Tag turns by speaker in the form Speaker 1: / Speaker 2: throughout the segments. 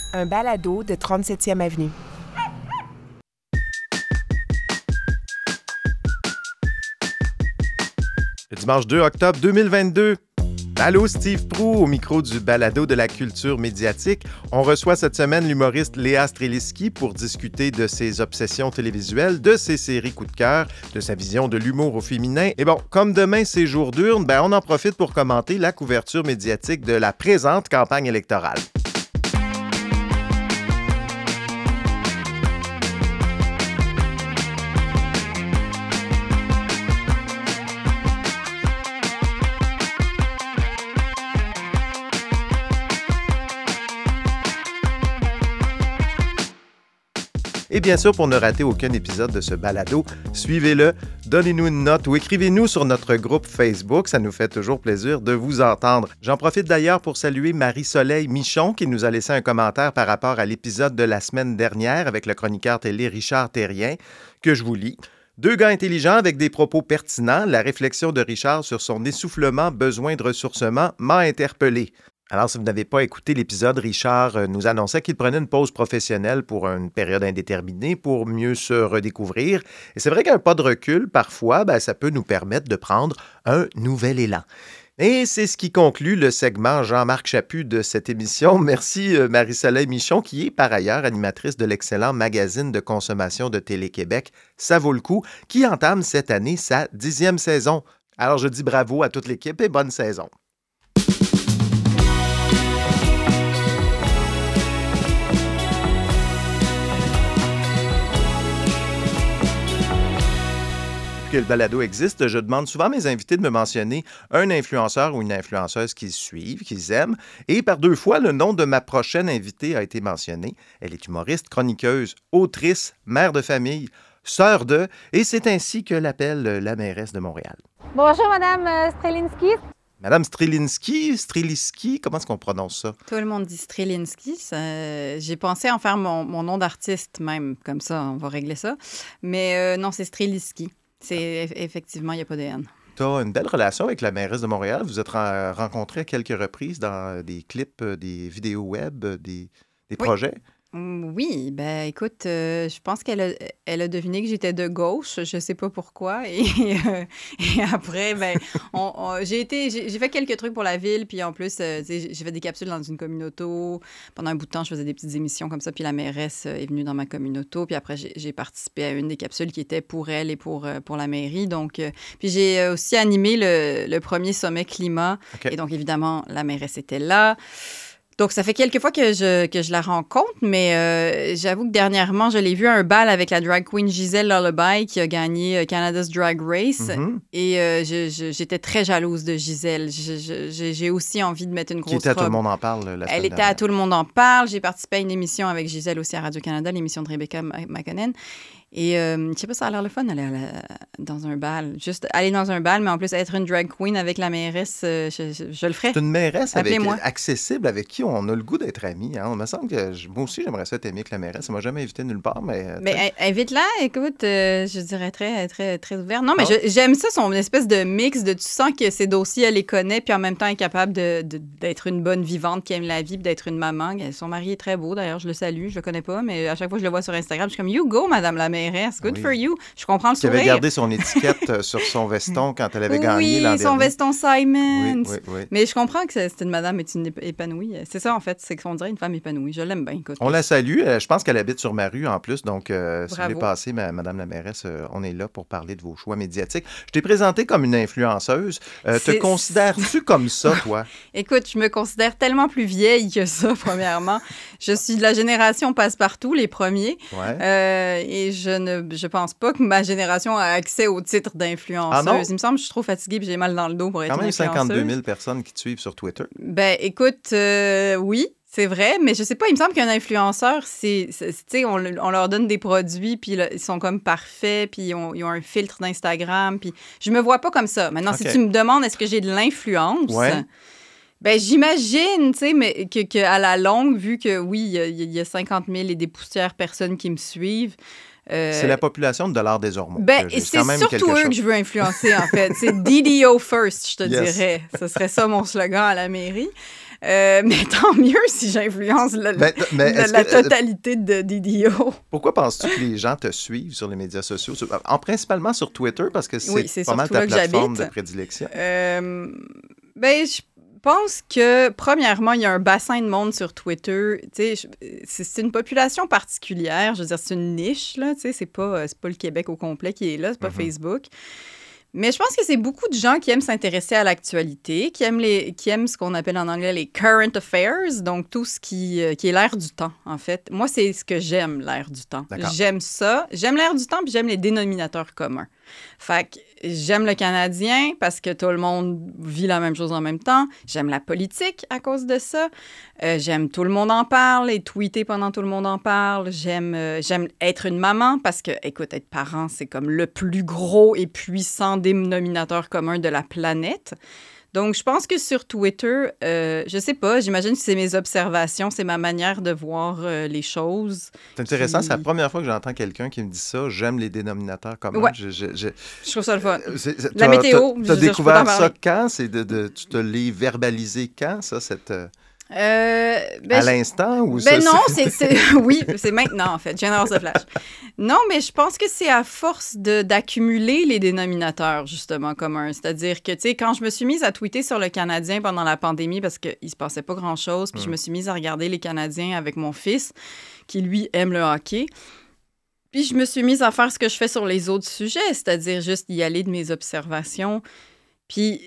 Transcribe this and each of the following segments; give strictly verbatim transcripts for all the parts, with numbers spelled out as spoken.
Speaker 1: Un balado de trente-septième Avenue.
Speaker 2: Le dimanche deux octobre deux mille vingt-deux. Allô, Steve Proulx, au micro du balado de la culture médiatique. On reçoit cette semaine l'humoriste Léa Streliski pour discuter de ses obsessions télévisuelles, de ses séries coup de cœur, de sa vision de l'humour au féminin. Et bon, comme demain c'est jour d'urne, ben on en profite pour commenter la couverture médiatique de la présente campagne électorale. Et bien sûr, pour ne rater aucun épisode de ce balado, suivez-le, donnez-nous une note ou écrivez-nous sur notre groupe Facebook. Ça nous fait toujours plaisir de vous entendre. J'en profite d'ailleurs pour saluer Marie-Soleil Michon qui nous a laissé un commentaire par rapport à l'épisode de la semaine dernière avec le chroniqueur télé Richard Terrien, que je vous lis. Deux gars intelligents avec des propos pertinents, la réflexion de Richard sur son essoufflement, besoin de ressourcement m'a interpellé. Alors, si vous n'avez pas écouté l'épisode, Richard nous annonçait qu'il prenait une pause professionnelle pour une période indéterminée pour mieux se redécouvrir. Et c'est vrai qu'un pas de recul, parfois, ben, ça peut nous permettre de prendre un nouvel élan. Et c'est ce qui conclut le segment Jean-Marc Chaput de cette émission. Merci Marie-Soleil Michon, qui est par ailleurs animatrice de l'excellent magazine de consommation de Télé-Québec, Ça vaut le coup, qui entame cette année sa dixième saison. Alors, je dis bravo à toute l'équipe et bonne saison. Que le balado existe, je demande souvent à mes invités de me mentionner un influenceur ou une influenceuse qu'ils suivent, qu'ils aiment. Et par deux fois, le nom de ma prochaine invitée a été mentionné. Elle est humoriste, chroniqueuse, autrice, mère de famille, sœur de, et c'est ainsi que l'appelle la mairesse de Montréal.
Speaker 3: Bonjour, Madame Streliski.
Speaker 2: Madame Streliski, Streliski, comment est-ce qu'on prononce ça?
Speaker 4: Tout le monde dit Streliski. Ça, j'ai pensé en faire mon, mon nom d'artiste même, comme ça, on va régler ça. Mais euh, non, c'est Streliski. C'est effectivement, il n'y a pas de N.
Speaker 2: Tu as une belle relation avec la mairesse de Montréal. Vous êtes ren- rencontrés à quelques reprises dans des clips, des vidéos web, des, des
Speaker 4: oui.
Speaker 2: projets.
Speaker 4: Oui, ben écoute, euh, je pense qu'elle a, elle a deviné que j'étais de gauche, je sais pas pourquoi, et, euh, et après, ben, on, on, j'ai été, j'ai, j'ai fait quelques trucs pour la ville, puis en plus, euh, j'ai fait des capsules dans une communauté. Pendant un bout de temps, je faisais des petites émissions comme ça, puis la mairesse est venue dans ma communauté, puis après, j'ai, j'ai participé à une des capsules qui était pour elle et pour, pour la mairie, donc, euh, puis j'ai aussi animé le, le premier sommet climat, okay. Et donc, évidemment, la mairesse était là. Donc, ça fait quelques fois que je, que je la rencontre, mais euh, j'avoue que dernièrement, je l'ai vue à un bal avec la drag queen Gisèle Lullaby qui a gagné Canada's Drag Race. Mm-hmm. Et euh, je, je, j'étais très jalouse de Gisèle. Je, je, j'ai aussi envie de mettre une grosse robe.
Speaker 2: Qui était à Tout le monde en parle la semaine
Speaker 4: Elle était
Speaker 2: dernière.
Speaker 4: à Tout le monde en parle. J'ai participé à une émission avec Gisèle aussi à Radio-Canada, l'émission de Rebecca McConnell. Et euh, je sais pas, ça a l'air le fun d'aller dans un bal. Juste aller dans un bal, mais en plus être une drag queen avec la mairesse, euh, je, je, je le ferais.
Speaker 2: C'est une mairesse avec, accessible avec qui on a le goût d'être amis. Hein? On me semble que je, moi aussi, j'aimerais ça t'aimer avec la mairesse. Ça m'a jamais invité nulle part, mais...
Speaker 4: Mais invite-la, écoute, euh, je dirais très, très, très ouverte. Non, mais ah. je, j'aime ça, son espèce de mix de tu sens que ses dossiers, elle les connaît, puis en même temps, elle est capable de, de, d'être une bonne vivante qui aime la vie, puis d'être une maman. Son mari est très beau, d'ailleurs, je le salue, je le connais pas, mais à chaque fois que je le vois sur Instagram, je suis comme « You go, madame la mairesse, good oui. for you ». Je comprends le sourire.
Speaker 2: Qui avait gardé son étiquette sur son veston quand elle avait
Speaker 4: oui,
Speaker 2: gagné l'an
Speaker 4: dernier. Oui, son veston Simon.
Speaker 2: Oui, oui, oui.
Speaker 4: Mais je comprends que c'est une madame est une épanouie. C'est ça, en fait, c'est qu'on dirait une femme épanouie. Je l'aime bien, écoute.
Speaker 2: On la salue. Je pense qu'elle habite sur ma rue, en plus. Donc, euh, si vous voulez passer, ma, madame la mairesse, euh, on est là pour parler de vos choix médiatiques. Je t'ai présenté comme une influenceuse. Euh, te considères-tu comme ça, toi?
Speaker 4: Écoute, je me considère tellement plus vieille que ça, premièrement. Je suis de la génération passe-partout, les premiers.
Speaker 2: Ouais.
Speaker 4: Euh, et je ne je pense pas que ma génération a accès au titre d'influenceuse.
Speaker 2: Ah non?
Speaker 4: Il me semble que je suis trop fatiguée et j'ai mal dans le dos pour être
Speaker 2: Quand même
Speaker 4: influenceuse.
Speaker 2: cinquante-deux mille personnes qui te suivent sur Twitter.
Speaker 4: Ben, écoute, euh, oui. C'est vrai, mais je sais pas, il me semble qu'un influenceur, c'est, c'est tu sais, on, on leur donne des produits, puis là, ils sont comme parfaits, puis ils ont, ils ont un filtre d'Instagram, puis je me vois pas comme ça. Maintenant, okay. Si tu me demandes, est-ce que j'ai de l'influence?
Speaker 2: Ouais.
Speaker 4: Ben, j'imagine, tu sais, mais que, que à la longue, vu que, oui, il y, y a cinquante mille et des poussières personnes qui me suivent,
Speaker 2: Euh, c'est la population de Dollars des Ormeaux.
Speaker 4: Ben, c'est, c'est surtout eux que je veux influencer, en fait. C'est D D O first, je te yes. dirais. Ce serait ça mon slogan à la mairie. Euh, mais tant mieux si j'influence le,
Speaker 2: Mais, mais
Speaker 4: le-
Speaker 2: est-ce
Speaker 4: la
Speaker 2: que, euh,
Speaker 4: totalité de, d'idiots.
Speaker 2: pourquoi penses-tu que les gens te suivent sur les médias sociaux? Sur- En principalement sur Twitter, parce que c'est,
Speaker 4: Oui, c'est
Speaker 2: pas mal
Speaker 4: surtout
Speaker 2: ta
Speaker 4: là que
Speaker 2: plateforme de
Speaker 4: j'habite.
Speaker 2: prédilection.
Speaker 4: Euh, ben, je pense que, premièrement, il y a un bassin de monde sur Twitter. Tu sais, je- c'est, c'est une population particulière. Je veux dire, c'est une niche, là. Tu sais, c'est pas, euh, c'est pas le Québec au complet qui est là, c'est pas
Speaker 2: Mhm.
Speaker 4: Facebook. Mais je pense que c'est beaucoup de gens qui aiment s'intéresser à l'actualité, qui aiment, les, qui aiment ce qu'on appelle en anglais les current affairs, donc tout ce qui, euh, qui est l'air du temps, en fait. Moi, c'est ce que j'aime, l'air du temps.
Speaker 2: D'accord.
Speaker 4: J'aime ça. J'aime l'air du temps, puis j'aime les dénominateurs communs. Fait que j'aime le Canadien parce que tout le monde vit la même chose en même temps. J'aime la politique à cause de ça. Euh, j'aime tout le monde en parle et tweeter pendant tout le monde en parle. J'aime, euh, j'aime être une maman parce que, écoute, être parent, c'est comme le plus gros et puissant dénominateur commun de la planète. Donc, je pense que sur Twitter, euh, je sais pas, j'imagine que c'est mes observations, c'est ma manière de voir euh, les choses.
Speaker 2: C'est intéressant,
Speaker 4: Qui-
Speaker 2: c'est la première fois que j'entends quelqu'un qui me dit ça. J'aime les dénominateurs communs.
Speaker 4: Ouais.
Speaker 2: Je- je- je-
Speaker 4: Je trouve ça le fun.
Speaker 2: Euh, c'est- c'est-
Speaker 4: La
Speaker 2: t'as-
Speaker 4: météo,
Speaker 2: t'as-
Speaker 4: je
Speaker 2: T'as
Speaker 4: veux dire, je peux
Speaker 2: découvert
Speaker 4: t'en
Speaker 2: ça
Speaker 4: parler.
Speaker 2: quand? C'est de, de- tu te l'es verbalisé quand, ça, cette, euh,
Speaker 4: Euh, ben,
Speaker 2: à
Speaker 4: je-
Speaker 2: l'instant? Ou
Speaker 4: Ben
Speaker 2: ça,
Speaker 4: non,
Speaker 2: c'est-
Speaker 4: c'est, c'est- oui, c'est maintenant, en fait. Génération de flash. Non, mais je pense que c'est à force de, d'accumuler les dénominateurs, justement, communs. C'est-à-dire que, tu sais, quand je me suis mise à tweeter sur le Canadien pendant la pandémie, parce qu'il ne se passait pas grand-chose, puis
Speaker 2: Mm.
Speaker 4: je me suis mise à regarder les Canadiens avec mon fils, qui, lui, aime le hockey. Puis je me suis mise à faire ce que je fais sur les autres sujets, c'est-à-dire juste y aller de mes observations. Puis,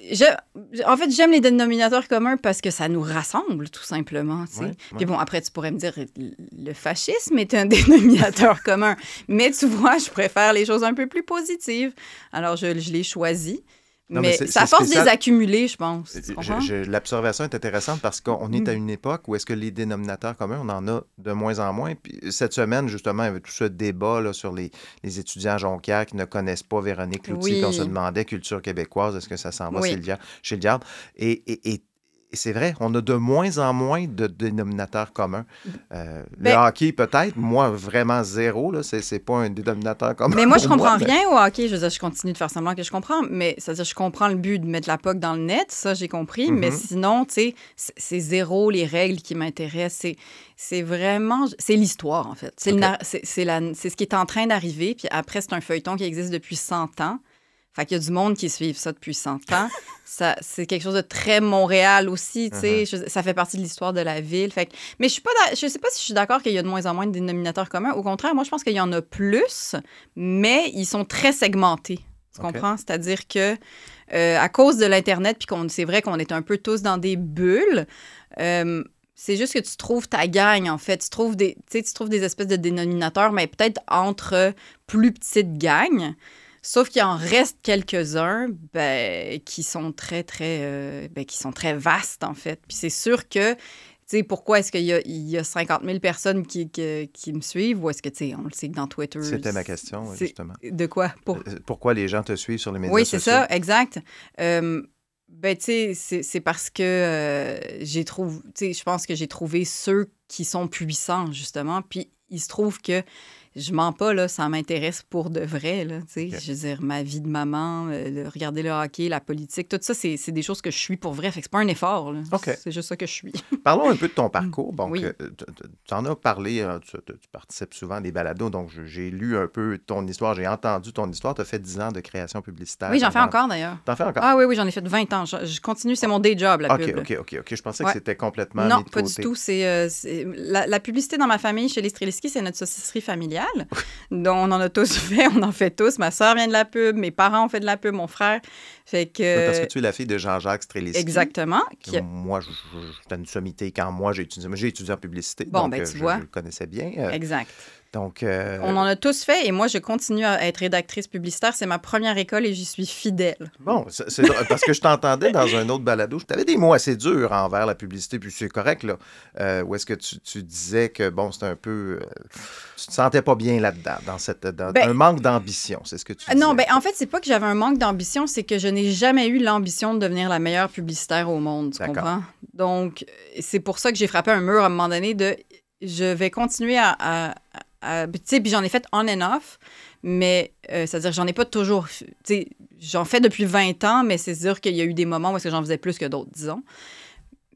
Speaker 4: je, en fait, j'aime les dénominateurs communs parce que ça nous rassemble, tout simplement. Tu sais.
Speaker 2: Ouais, ouais.
Speaker 4: Puis bon, après, tu pourrais me dire, le fascisme est un dénominateur commun. Mais tu vois, je préfère les choses un peu plus positives. Alors, je, je l'ai choisi.
Speaker 2: Non, mais
Speaker 4: mais
Speaker 2: c'est-
Speaker 4: c'est à
Speaker 2: c'est
Speaker 4: force de
Speaker 2: spécial.
Speaker 4: les accumuler, je pense. Tu
Speaker 2: Je-
Speaker 4: comprends?
Speaker 2: je- L'observation est intéressante parce qu'on est à une époque où est-ce que les dénominateurs communs, on en a de moins en moins. Puis cette semaine, justement, il y avait tout ce débat là, sur les, les étudiants à Jonquière qui ne connaissent pas Véronique Cloutier.
Speaker 4: Oui.
Speaker 2: Puis on se demandait, culture québécoise, est-ce que ça s'en va
Speaker 4: Oui.
Speaker 2: chez le Liard- chez le Liard? Et, et, et- et c'est vrai, on a de moins en moins de dénominateurs communs. Euh,
Speaker 4: Ben-
Speaker 2: le hockey, peut-être. Moi, vraiment zéro. Là, c'est, c'est pas un dénominateur commun.
Speaker 4: Mais moi, je
Speaker 2: pour
Speaker 4: comprends
Speaker 2: mais-
Speaker 4: rien au hockey. Je veux dire, je continue de faire semblant que je comprends, mais c'est-à-dire, je comprends le but de mettre la puck dans le net, ça, j'ai compris. Mais
Speaker 2: Mhm.
Speaker 4: sinon, tu sais, c'est- c'est zéro les règles qui m'intéressent. C'est, c'est vraiment... C'est l'histoire, en fait. C'est, le
Speaker 2: Ok.
Speaker 4: nar- c'est, c'est, la- c'est ce qui est en train d'arriver. Puis après, c'est un feuilleton qui existe depuis cent ans. Fait qu'il y a du monde qui suit ça depuis cent ans. Ça, c'est quelque chose de très Montréal aussi, tu sais.
Speaker 2: Uh-huh.
Speaker 4: Je- Ça fait partie de l'histoire de la ville. Fait que- mais je suis pas d'a- je sais pas si je suis d'accord qu'il y a de moins en moins de dénominateurs communs. Au contraire, moi, je pense qu'il y en a plus, mais ils sont très segmentés. Tu
Speaker 2: OK.
Speaker 4: comprends? C'est-à-dire que euh, à cause de l'Internet, puis qu'on, c'est vrai qu'on est un peu tous dans des bulles, euh, c'est juste que tu trouves ta gang, en fait. Tu trouves des, tu sais, tu trouves des espèces de dénominateurs, mais peut-être entre plus petites gangs. Sauf qu'il en reste quelques-uns ben, qui sont très, très, euh, ben, qui sont très vastes, en fait. Puis c'est sûr que, tu sais, pourquoi est-ce qu'il y a, il y a cinquante mille personnes qui, qui, qui me suivent ou est-ce que, tu sais, on le sait que dans Twitter...
Speaker 2: C'était ma question, oui,
Speaker 4: c'est-
Speaker 2: justement.
Speaker 4: De quoi? Pour...
Speaker 2: Euh, Pourquoi les gens te suivent sur les médias
Speaker 4: Oui, c'est
Speaker 2: sociaux?
Speaker 4: ça, exact. Euh, ben, tu sais, c'est, c'est parce que euh, j'ai trouvé, tu sais, je pense que j'ai trouvé ceux qui sont puissants, justement. Puis il se trouve que je mens pas, là, ça m'intéresse pour de vrai, là, tu sais.
Speaker 2: Ok.
Speaker 4: Je veux dire, ma vie de maman, euh, le- regarder le hockey, la politique, tout ça, c'est, c'est des choses que je suis pour vrai. Fait que c'est pas un effort, là.
Speaker 2: Ok.
Speaker 4: C'est juste ça que je suis.
Speaker 2: Parlons un peu de ton parcours. Donc,
Speaker 4: Oui.
Speaker 2: euh, tu en as parlé, euh, tu, tu participes souvent à des balados, donc je- j'ai lu un peu ton histoire, j'ai entendu ton histoire. Tu as fait dix ans de création publicitaire.
Speaker 4: Oui, j'en fais
Speaker 2: avant-
Speaker 4: encore, d'ailleurs.
Speaker 2: T'en fais encore?
Speaker 4: Ah oui, oui, j'en ai fait vingt ans. Je, je continue, c'est mon day job, la
Speaker 2: OK,
Speaker 4: pub. là.
Speaker 2: OK, OK, OK. Je pensais
Speaker 4: Ouais.
Speaker 2: que c'était complètement
Speaker 4: Non,
Speaker 2: mis de
Speaker 4: pas du
Speaker 2: côté.
Speaker 4: tout. C'est, euh, c'est- La, la publicité dans ma famille, chez les Streliski, c'est notre saucisserie familiale. dont on en a tous fait, on en fait tous. Ma soeur vient de la pub, mes parents ont fait de la pub, mon frère. Fait que...
Speaker 2: Oui, parce que tu es la fille de Jean-Jacques Streliski.
Speaker 4: Exactement.
Speaker 2: que
Speaker 4: qui a-
Speaker 2: Moi, je- je- j'étais une sommité quand moi, j'ai étudié, moi, j'ai étudié en publicité.
Speaker 4: Bon,
Speaker 2: donc,
Speaker 4: ben,
Speaker 2: euh,
Speaker 4: tu
Speaker 2: je,
Speaker 4: vois.
Speaker 2: je le connaissais bien. euh,
Speaker 4: Exact.
Speaker 2: donc, euh,
Speaker 4: On en a tous fait et moi, je continue à être rédactrice publicitaire. C'est ma première école et j'y suis fidèle.
Speaker 2: Bon, c'est c'est drôle, parce que je t'entendais dans un autre balado. Tu avais des mots assez durs envers la publicité, puis c'est correct, là. Euh, où est-ce que tu, tu disais que, bon, c'était un peu... euh, tu te sentais pas bien là-dedans, dans cette... Dans,
Speaker 4: Ben-
Speaker 2: un manque d'ambition, c'est ce que tu
Speaker 4: Euh,
Speaker 2: disais.
Speaker 4: Non, ben en fait, c'est pas que j'avais un manque d'ambition, c'est que je n'ai jamais eu l'ambition de devenir la meilleure publicitaire au monde, tu
Speaker 2: D'accord.
Speaker 4: comprends? Donc, c'est pour ça que j'ai frappé un mur à un moment donné de je vais continuer à... à, à- tu sais, puis j'en ai fait on and off, mais euh, c'est-à-dire que j'en ai pas toujours... Tu sais, j'en fais depuis vingt ans, mais c'est sûr qu'il y a eu des moments où est-ce que j'en faisais plus que d'autres, disons.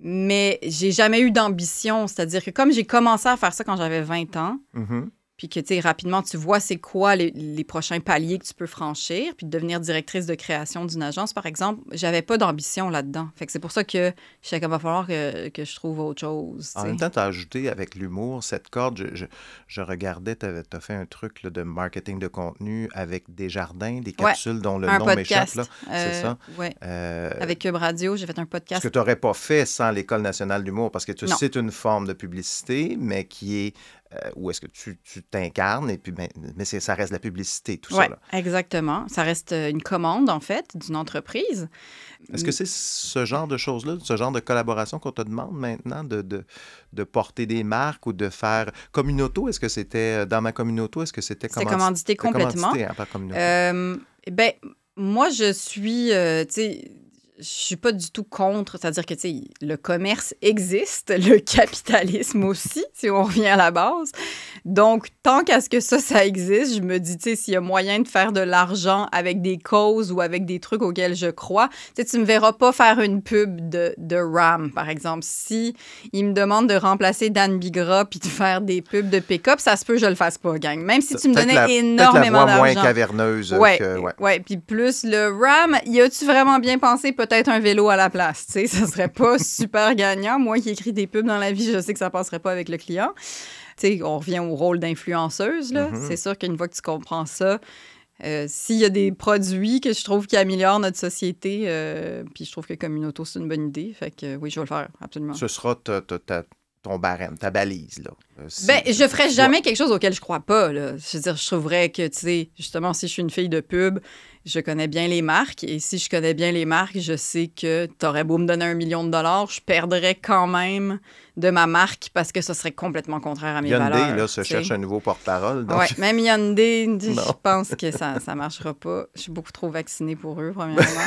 Speaker 4: Mais j'ai jamais eu d'ambition. C'est-à-dire que comme j'ai commencé à faire ça quand j'avais vingt ans,
Speaker 2: Mm-hmm.
Speaker 4: puis que, tu sais, rapidement, tu vois c'est quoi les, les prochains paliers que tu peux franchir, puis de devenir directrice de création d'une agence, par exemple, j'avais pas d'ambition là-dedans. Fait que c'est pour ça que je sais qu'il va falloir que, que je trouve autre chose.
Speaker 2: En même temps, tu as ajouté avec l'humour cette corde. Je, je, je regardais, tu as fait un truc là, de marketing de contenu avec Desjardins, des capsules ouais, dont le nom m'échappe. Là.
Speaker 4: Euh,
Speaker 2: c'est ça?
Speaker 4: Oui. Euh, avec Cube Radio, j'ai fait un podcast.
Speaker 2: Ce que tu n'aurais pas fait sans l'École nationale d'humour, parce que tu, c'est une forme de publicité, mais qui est... Euh, où est-ce que tu, tu t'incarnes, et puis, ben, mais c'est, ça reste la publicité, tout
Speaker 4: ouais,
Speaker 2: ça.
Speaker 4: Oui, exactement. Ça reste une commande, en fait, d'une entreprise.
Speaker 2: Est-ce que c'est ce genre de choses-là, ce genre de collaboration qu'on te demande maintenant, de, de, de porter des marques ou de faire... Communauto, est-ce que c'était... Dans ma communauto, est-ce que c'était...
Speaker 4: C'était commandité,
Speaker 2: c'était
Speaker 4: complètement.
Speaker 2: Commandité, hein, par communauto.
Speaker 4: Euh, ben, moi, je suis... Euh, tu sais... Je suis pas du tout contre, c'est-à-dire que, tu sais, le commerce existe, le capitalisme aussi, si on revient à la base. Donc, tant qu'à ce que ça, ça existe, je me dis, tu sais, s'il y a moyen de faire de l'argent avec des causes ou avec des trucs auxquels je crois, tu sais, tu me verras pas faire une pub de, de RAM, par exemple. Si il me demande de remplacer Dan Bigra puis de faire des pubs de pick-up, ça se peut que je le fasse pas, gang. Même si tu me
Speaker 2: peut-être
Speaker 4: donnais
Speaker 2: la,
Speaker 4: énormément
Speaker 2: peut-être la voix
Speaker 4: d'argent.
Speaker 2: moins caverneuse.
Speaker 4: Ouais,
Speaker 2: que, ouais,
Speaker 4: ouais. Puis plus le RAM, y a-tu vraiment bien pensé peut-être un vélo à la place, tu sais, ça serait pas super gagnant. Moi qui écris des pubs dans la vie, je sais que ça passerait pas avec le client. Tu sais, on revient au rôle d'influenceuse, là. Mm-hmm. C'est sûr qu'une fois que tu comprends ça, euh, s'il y a des produits que je trouve qui améliorent notre société, euh, puis je trouve que Communauto, c'est une bonne idée. Fait que oui, je vais le faire, absolument.
Speaker 2: Ce sera ta, ta, ta, ton barème, ta balise, là. Si,
Speaker 4: ben, je ferais jamais
Speaker 2: ouais.
Speaker 4: quelque chose auquel je crois pas, là. Je veux dire, je trouverais que, tu sais, justement, si je suis une fille de pub, je connais bien les marques. Et si je connais bien les marques, je sais que t'aurais beau me donner un million de dollars, je perdrais quand même de ma marque parce que ce serait complètement contraire à mes
Speaker 2: Hyundai,
Speaker 4: valeurs.
Speaker 2: Hyundai, là, se
Speaker 4: t'sais.
Speaker 2: cherche un nouveau porte-parole. Donc...
Speaker 4: Oui, même Hyundai, je pense que ça ne marchera pas. Je suis beaucoup trop vaccinée pour eux, premièrement.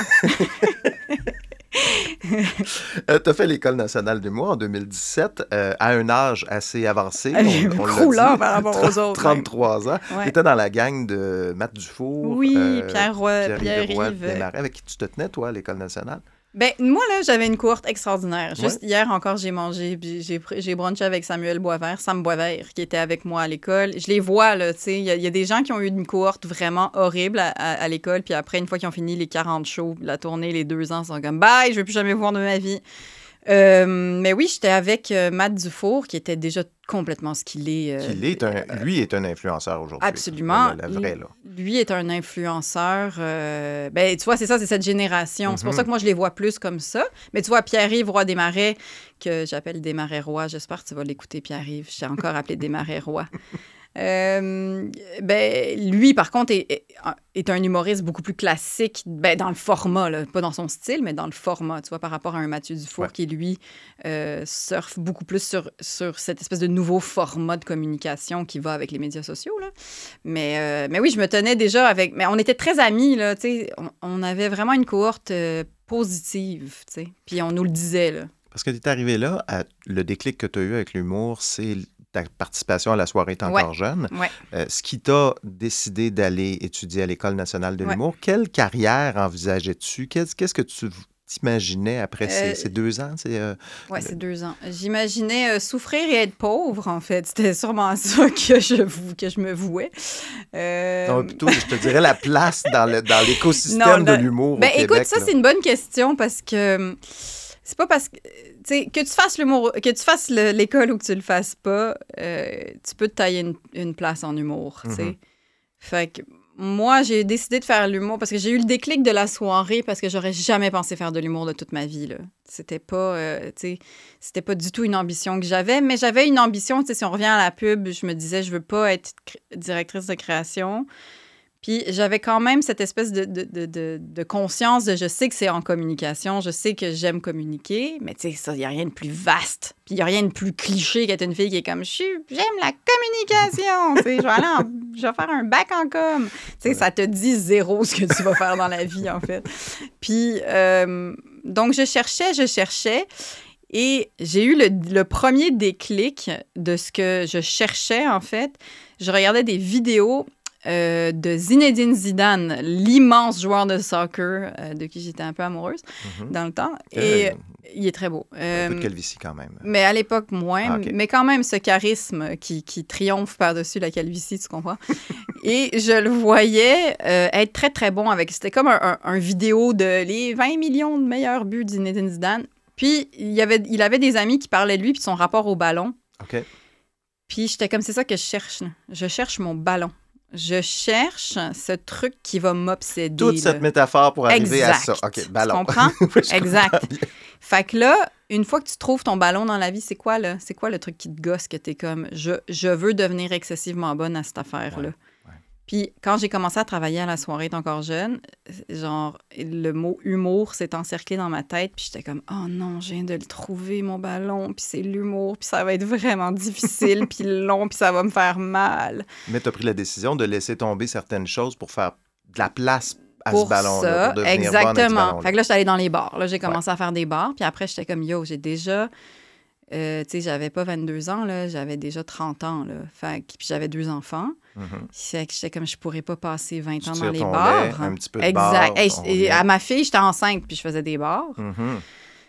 Speaker 2: euh, tu as fait l'École nationale d'humour en deux mille dix-sept, euh, à un âge assez avancé. On, on
Speaker 4: Trop lent par rapport aux autres.
Speaker 2: trente-trois ans.
Speaker 4: Ouais.
Speaker 2: Tu étais dans la gang de Matt Dufour.
Speaker 4: Oui,
Speaker 2: euh,
Speaker 4: Pierre Roy,
Speaker 2: Pierre,
Speaker 4: Pierre
Speaker 2: Roy
Speaker 4: Yves.
Speaker 2: Desmarais, avec qui tu te tenais, toi, à l'École nationale?
Speaker 4: Ben moi, là, j'avais une cohorte extraordinaire. Juste
Speaker 2: ouais.
Speaker 4: hier encore, j'ai mangé, puis j'ai, j'ai brunché avec Samuel Boisvert, Sam Boisvert, qui était avec moi à l'école. Je les vois, là, tu sais. Il y, y a des gens qui ont eu une cohorte vraiment horrible à, à, à l'école, puis après, une fois qu'ils ont fini les quarante shows, la tournée, les deux ans, ils sont comme « Bye, je veux plus jamais vous voir de ma vie ». Euh, mais oui, j'étais avec euh, Matt Dufour, qui était déjà complètement skillé. Euh,
Speaker 2: Qu'il est un, lui est un influenceur aujourd'hui.
Speaker 4: Absolument.
Speaker 2: La, la vraie, là.
Speaker 4: Lui est un influenceur. Euh, ben, tu vois, c'est ça, c'est cette génération. Mm-hmm. C'est pour ça que moi, je les vois plus comme ça. Mais tu vois, Pierre-Yves Roy Desmarais, que j'appelle Desmarais Roy, j'espère que tu vas l'écouter, Pierre-Yves. J'ai encore appelé Desmarais Roy. Euh, ben, lui, par contre, est, est, est un humoriste beaucoup plus classique, ben, dans le format, là, pas dans son style, mais dans le format, tu vois, par rapport à un Mathieu Dufour ouais. qui, lui, euh, surfe beaucoup plus sur, sur cette espèce de nouveau format de communication qui va avec les médias sociaux, là. Mais, euh, mais oui, je me tenais déjà avec... Mais on était très amis, là, tu sais, on, on avait vraiment une cohorte euh, positive, tu sais, puis on nous le disait, là.
Speaker 2: Parce que tu es arrivé là, à, le déclic que tu as eu avec l'humour, c'est... ta participation à la soirée T'es encore
Speaker 4: ouais.
Speaker 2: jeune,
Speaker 4: ouais.
Speaker 2: euh, ce qui t'a décidé d'aller étudier à l'École nationale de l'humour. Ouais. Quelle carrière envisageais-tu? Qu'est-ce, qu'est-ce que tu t'imaginais après euh, ces, ces deux ans? C'est, euh,
Speaker 4: oui,
Speaker 2: le...
Speaker 4: c'est deux ans. J'imaginais euh, souffrir et être pauvre, en fait. C'était sûrement ça que je, que je me vouais.
Speaker 3: Euh...
Speaker 2: Non, plutôt, je te dirais la place dans, le, dans l'écosystème non, de l'humour
Speaker 4: ben,
Speaker 2: au
Speaker 4: écoute,
Speaker 2: Québec.
Speaker 4: Ça,
Speaker 2: là.
Speaker 4: c'est une bonne question parce que... C'est pas parce que... Tu sais, que tu fasses l'humour, que tu fasses le, l'école ou que tu le fasses pas, euh, tu peux te tailler une, une place en humour, tu sais. Mm-hmm. Fait que moi, j'ai décidé de faire l'humour parce que j'ai eu le déclic de la soirée parce que j'aurais jamais pensé faire de l'humour de toute ma vie, là. C'était pas, euh, tu sais, c'était pas du tout une ambition que j'avais, mais j'avais une ambition, tu sais, si on revient à la pub, je me disais, je veux pas être cré- directrice de création. Puis j'avais quand même cette espèce de, de, de, de, de conscience de je sais que c'est en communication, je sais que j'aime communiquer, mais tu sais, ça, il n'y a rien de plus vaste. Puis il n'y a rien de plus cliché qu'être une fille qui est comme, j'aime la communication, tu sais, je vais aller en, je vais faire un bac en com. Tu sais, ça te dit zéro ce que tu vas faire dans la vie, en fait. Puis, euh, donc je cherchais, je cherchais. Et j'ai eu le, le premier déclic de ce que je cherchais, en fait. Je regardais des vidéos euh, de Zinedine Zidane, l'immense joueur de soccer euh, de qui j'étais un peu amoureuse mm-hmm. dans le temps. Et euh, il est très beau.
Speaker 2: Euh, un peu de calvitie quand même.
Speaker 4: Mais à l'époque, moins. Ah, okay. Mais quand même, ce charisme qui, qui triomphe par-dessus la calvitie, tu comprends? Et je le voyais euh, être très, très bon avec... C'était comme un, un, un vidéo de les vingt millions de meilleurs buts de Zinedine Zidane. Puis, il, y avait, il avait des amis qui parlaient de lui puis de son rapport au ballon.
Speaker 2: OK.
Speaker 4: Puis, j'étais comme, c'est ça que je cherche. Là. Je cherche mon ballon. Je cherche ce truc qui va m'obséder.
Speaker 2: Toute
Speaker 4: là.
Speaker 2: cette métaphore pour arriver
Speaker 4: exact.
Speaker 2: à ça. OK, ballon.
Speaker 4: Tu comprends?
Speaker 2: oui,
Speaker 4: exact. Fait que là, une fois que tu trouves ton ballon dans la vie, c'est quoi, là? C'est quoi le truc qui te gosse que t'es comme, je, je veux devenir excessivement bonne à cette affaire-là? Ouais, ouais. Puis quand j'ai commencé à travailler à la soirée encore jeune, genre, le mot humour s'est encerclé dans ma tête, puis j'étais comme, oh non, je viens de le trouver, mon ballon, puis c'est l'humour, puis ça va être vraiment difficile, puis long, puis ça va me faire mal.
Speaker 2: Mais tu as pris la décision de laisser tomber certaines choses pour faire de la place à
Speaker 4: pour
Speaker 2: ce ballon
Speaker 4: ça,
Speaker 2: pour devenir
Speaker 4: exactement.
Speaker 2: Bonne à ce ballon-là.
Speaker 4: Fait que là, j'étais allée dans les bars. Là, j'ai commencé
Speaker 2: ouais.
Speaker 4: à faire des bars, puis après, j'étais comme, yo, j'ai déjà... Euh, tu sais, j'avais pas vingt-deux ans, là, j'avais déjà trente ans, là. Fait que, puis j'avais deux enfants. Mm-hmm. C'est que j'étais comme, je pourrais pas passer vingt
Speaker 2: tu
Speaker 4: ans dans les
Speaker 2: ton
Speaker 4: bars.
Speaker 2: Lait, un petit peu de
Speaker 4: exact.
Speaker 2: bar,
Speaker 4: Hey, et à ma fille, j'étais enceinte, puis je faisais des bars.
Speaker 2: Mm-hmm.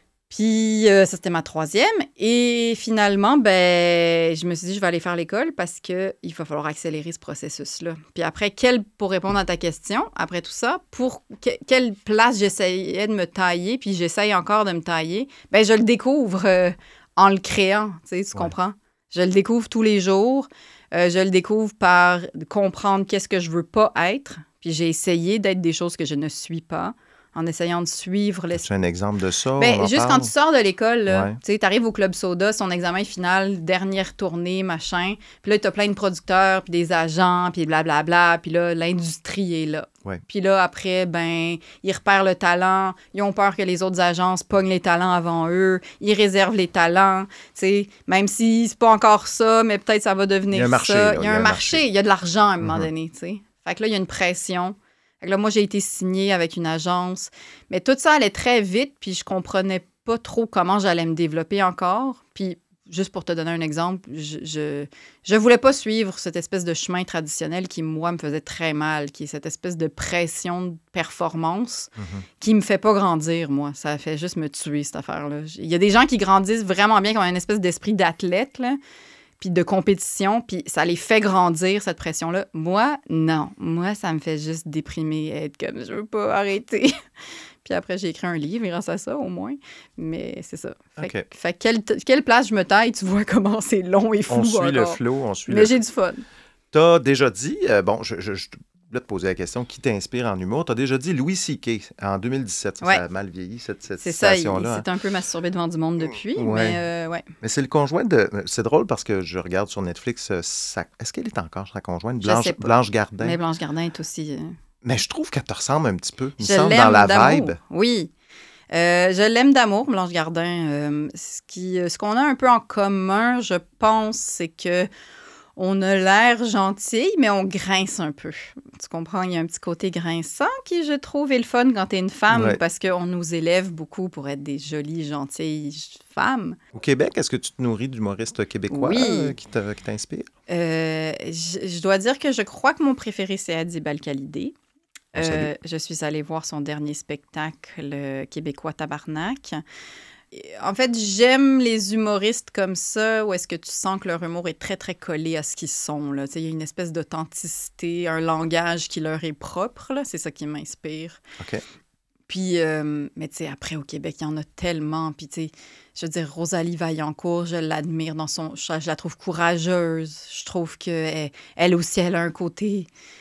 Speaker 4: Puis euh, ça, c'était ma troisième. Et finalement, ben, je me suis dit, je vais aller faire l'école parce qu'il va falloir accélérer ce processus-là. Puis après, quel, pour répondre à ta question, après tout ça, pour que, quelle place j'essayais de me tailler, puis j'essaye encore de me tailler, ben je le découvre euh, en le créant, tu sais, tu ouais. comprends? Je le découvre tous les jours. Euh, je le découvre par comprendre qu'est-ce que je veux pas être. Puis j'ai essayé d'être des choses que je ne suis pas, en essayant de suivre...
Speaker 2: Les... C'est un exemple de ça?
Speaker 4: Ben, juste
Speaker 2: parle?
Speaker 4: Quand tu sors de l'école,
Speaker 2: ouais.
Speaker 4: tu arrives au Club Soda, son examen final, dernière tournée, machin. Puis là, tu as plein de producteurs, puis des agents, puis blablabla. Puis là, l'industrie est là.
Speaker 2: Ouais.
Speaker 4: Puis là, après, ben, ils repèrent le talent. Ils ont peur que les autres agences pognent les talents avant eux. Ils réservent les talents. T'sais, même si c'est pas encore ça, mais peut-être ça va devenir
Speaker 2: il y a un marché,
Speaker 4: ça.
Speaker 2: Là,
Speaker 4: il y a un, un marché. marché. Il y a de l'argent à un moment mm-hmm. donné. T'sais. Fait que là, il y a une pression. Fait que là, moi, j'ai été signée avec une agence. Mais tout ça allait très vite, puis je comprenais pas trop comment j'allais me développer encore. Puis, juste pour te donner un exemple, je, je, je voulais pas suivre cette espèce de chemin traditionnel qui, moi, me faisait très mal, qui est cette espèce de pression de performance mm-hmm. qui me fait pas grandir, moi. Ça fait juste me tuer, cette affaire-là. Il y a des gens qui grandissent vraiment bien, qui ont une espèce d'esprit d'athlète, là, puis de compétition, puis ça les fait grandir, cette pression-là. Moi, non. Moi, ça me fait juste déprimer, être comme, je veux pas arrêter. Puis après, j'ai écrit un livre grâce à ça, au moins. Mais c'est ça. Fait,
Speaker 2: okay.
Speaker 4: fait quelle, quelle place je me taille, tu vois comment c'est long et flou.
Speaker 2: On suit
Speaker 4: encore.
Speaker 2: le flow, on suit
Speaker 4: Mais
Speaker 2: le
Speaker 4: j'ai
Speaker 2: flow.
Speaker 4: du fun.
Speaker 2: T'as déjà dit, euh, bon, je... je, je... Là, te poser la question, qui t'inspire en humour? Tu as déjà dit Louis C K en deux mille dix-sept. Ça,
Speaker 4: ouais.
Speaker 2: ça a mal vieilli, cette, cette
Speaker 4: c'est
Speaker 2: citation-là.
Speaker 4: C'est ça, il s'est un peu masturbé devant du monde depuis,
Speaker 2: ouais.
Speaker 4: mais euh, ouais.
Speaker 2: Mais c'est le conjoint de... C'est drôle parce que je regarde sur Netflix, sa... est-ce qu'elle est encore sa conjointe? Blanche, Blanche Gardin.
Speaker 4: Mais Blanche Gardin est aussi... Euh...
Speaker 2: Mais je trouve qu'elle te ressemble un petit peu, il
Speaker 4: je
Speaker 2: me semble, dans la
Speaker 4: d'amour.
Speaker 2: vibe.
Speaker 4: Oui. Euh, je l'aime d'amour, Blanche Gardin. Euh, ce, qui, ce qu'on a un peu en commun, je pense, c'est que on a l'air gentil, mais on grince un peu. Tu comprends? Il y a un petit côté grinçant qui, je trouve, est le fun quand t'es une femme, ouais. parce qu'on nous élève beaucoup pour être des jolies, gentilles femmes.
Speaker 2: Au Québec, est-ce que tu te nourris d'humoristes québécois
Speaker 4: oui.
Speaker 2: euh, qui, te, qui t'inspirent?
Speaker 4: Euh, je, je dois dire que je crois que mon préféré, c'est Adib Al-Khalidi. Euh, je suis allée voir son dernier spectacle, le Québécois Tabarnak. En fait, j'aime les humoristes comme ça, où est-ce que tu sens que leur humour est très, très collé à ce qu'ils sont. Là. Il y a une espèce d'authenticité, un langage qui leur est propre. Là. C'est ça qui m'inspire.
Speaker 2: OK.
Speaker 4: Puis, euh, mais tu sais, après, au Québec, il y en a tellement. Puis, tu sais, je veux dire, Rosalie Vaillancourt, je l'admire dans son... Je, je la trouve courageuse. Je trouve qu'elle elle aussi, elle a un côté...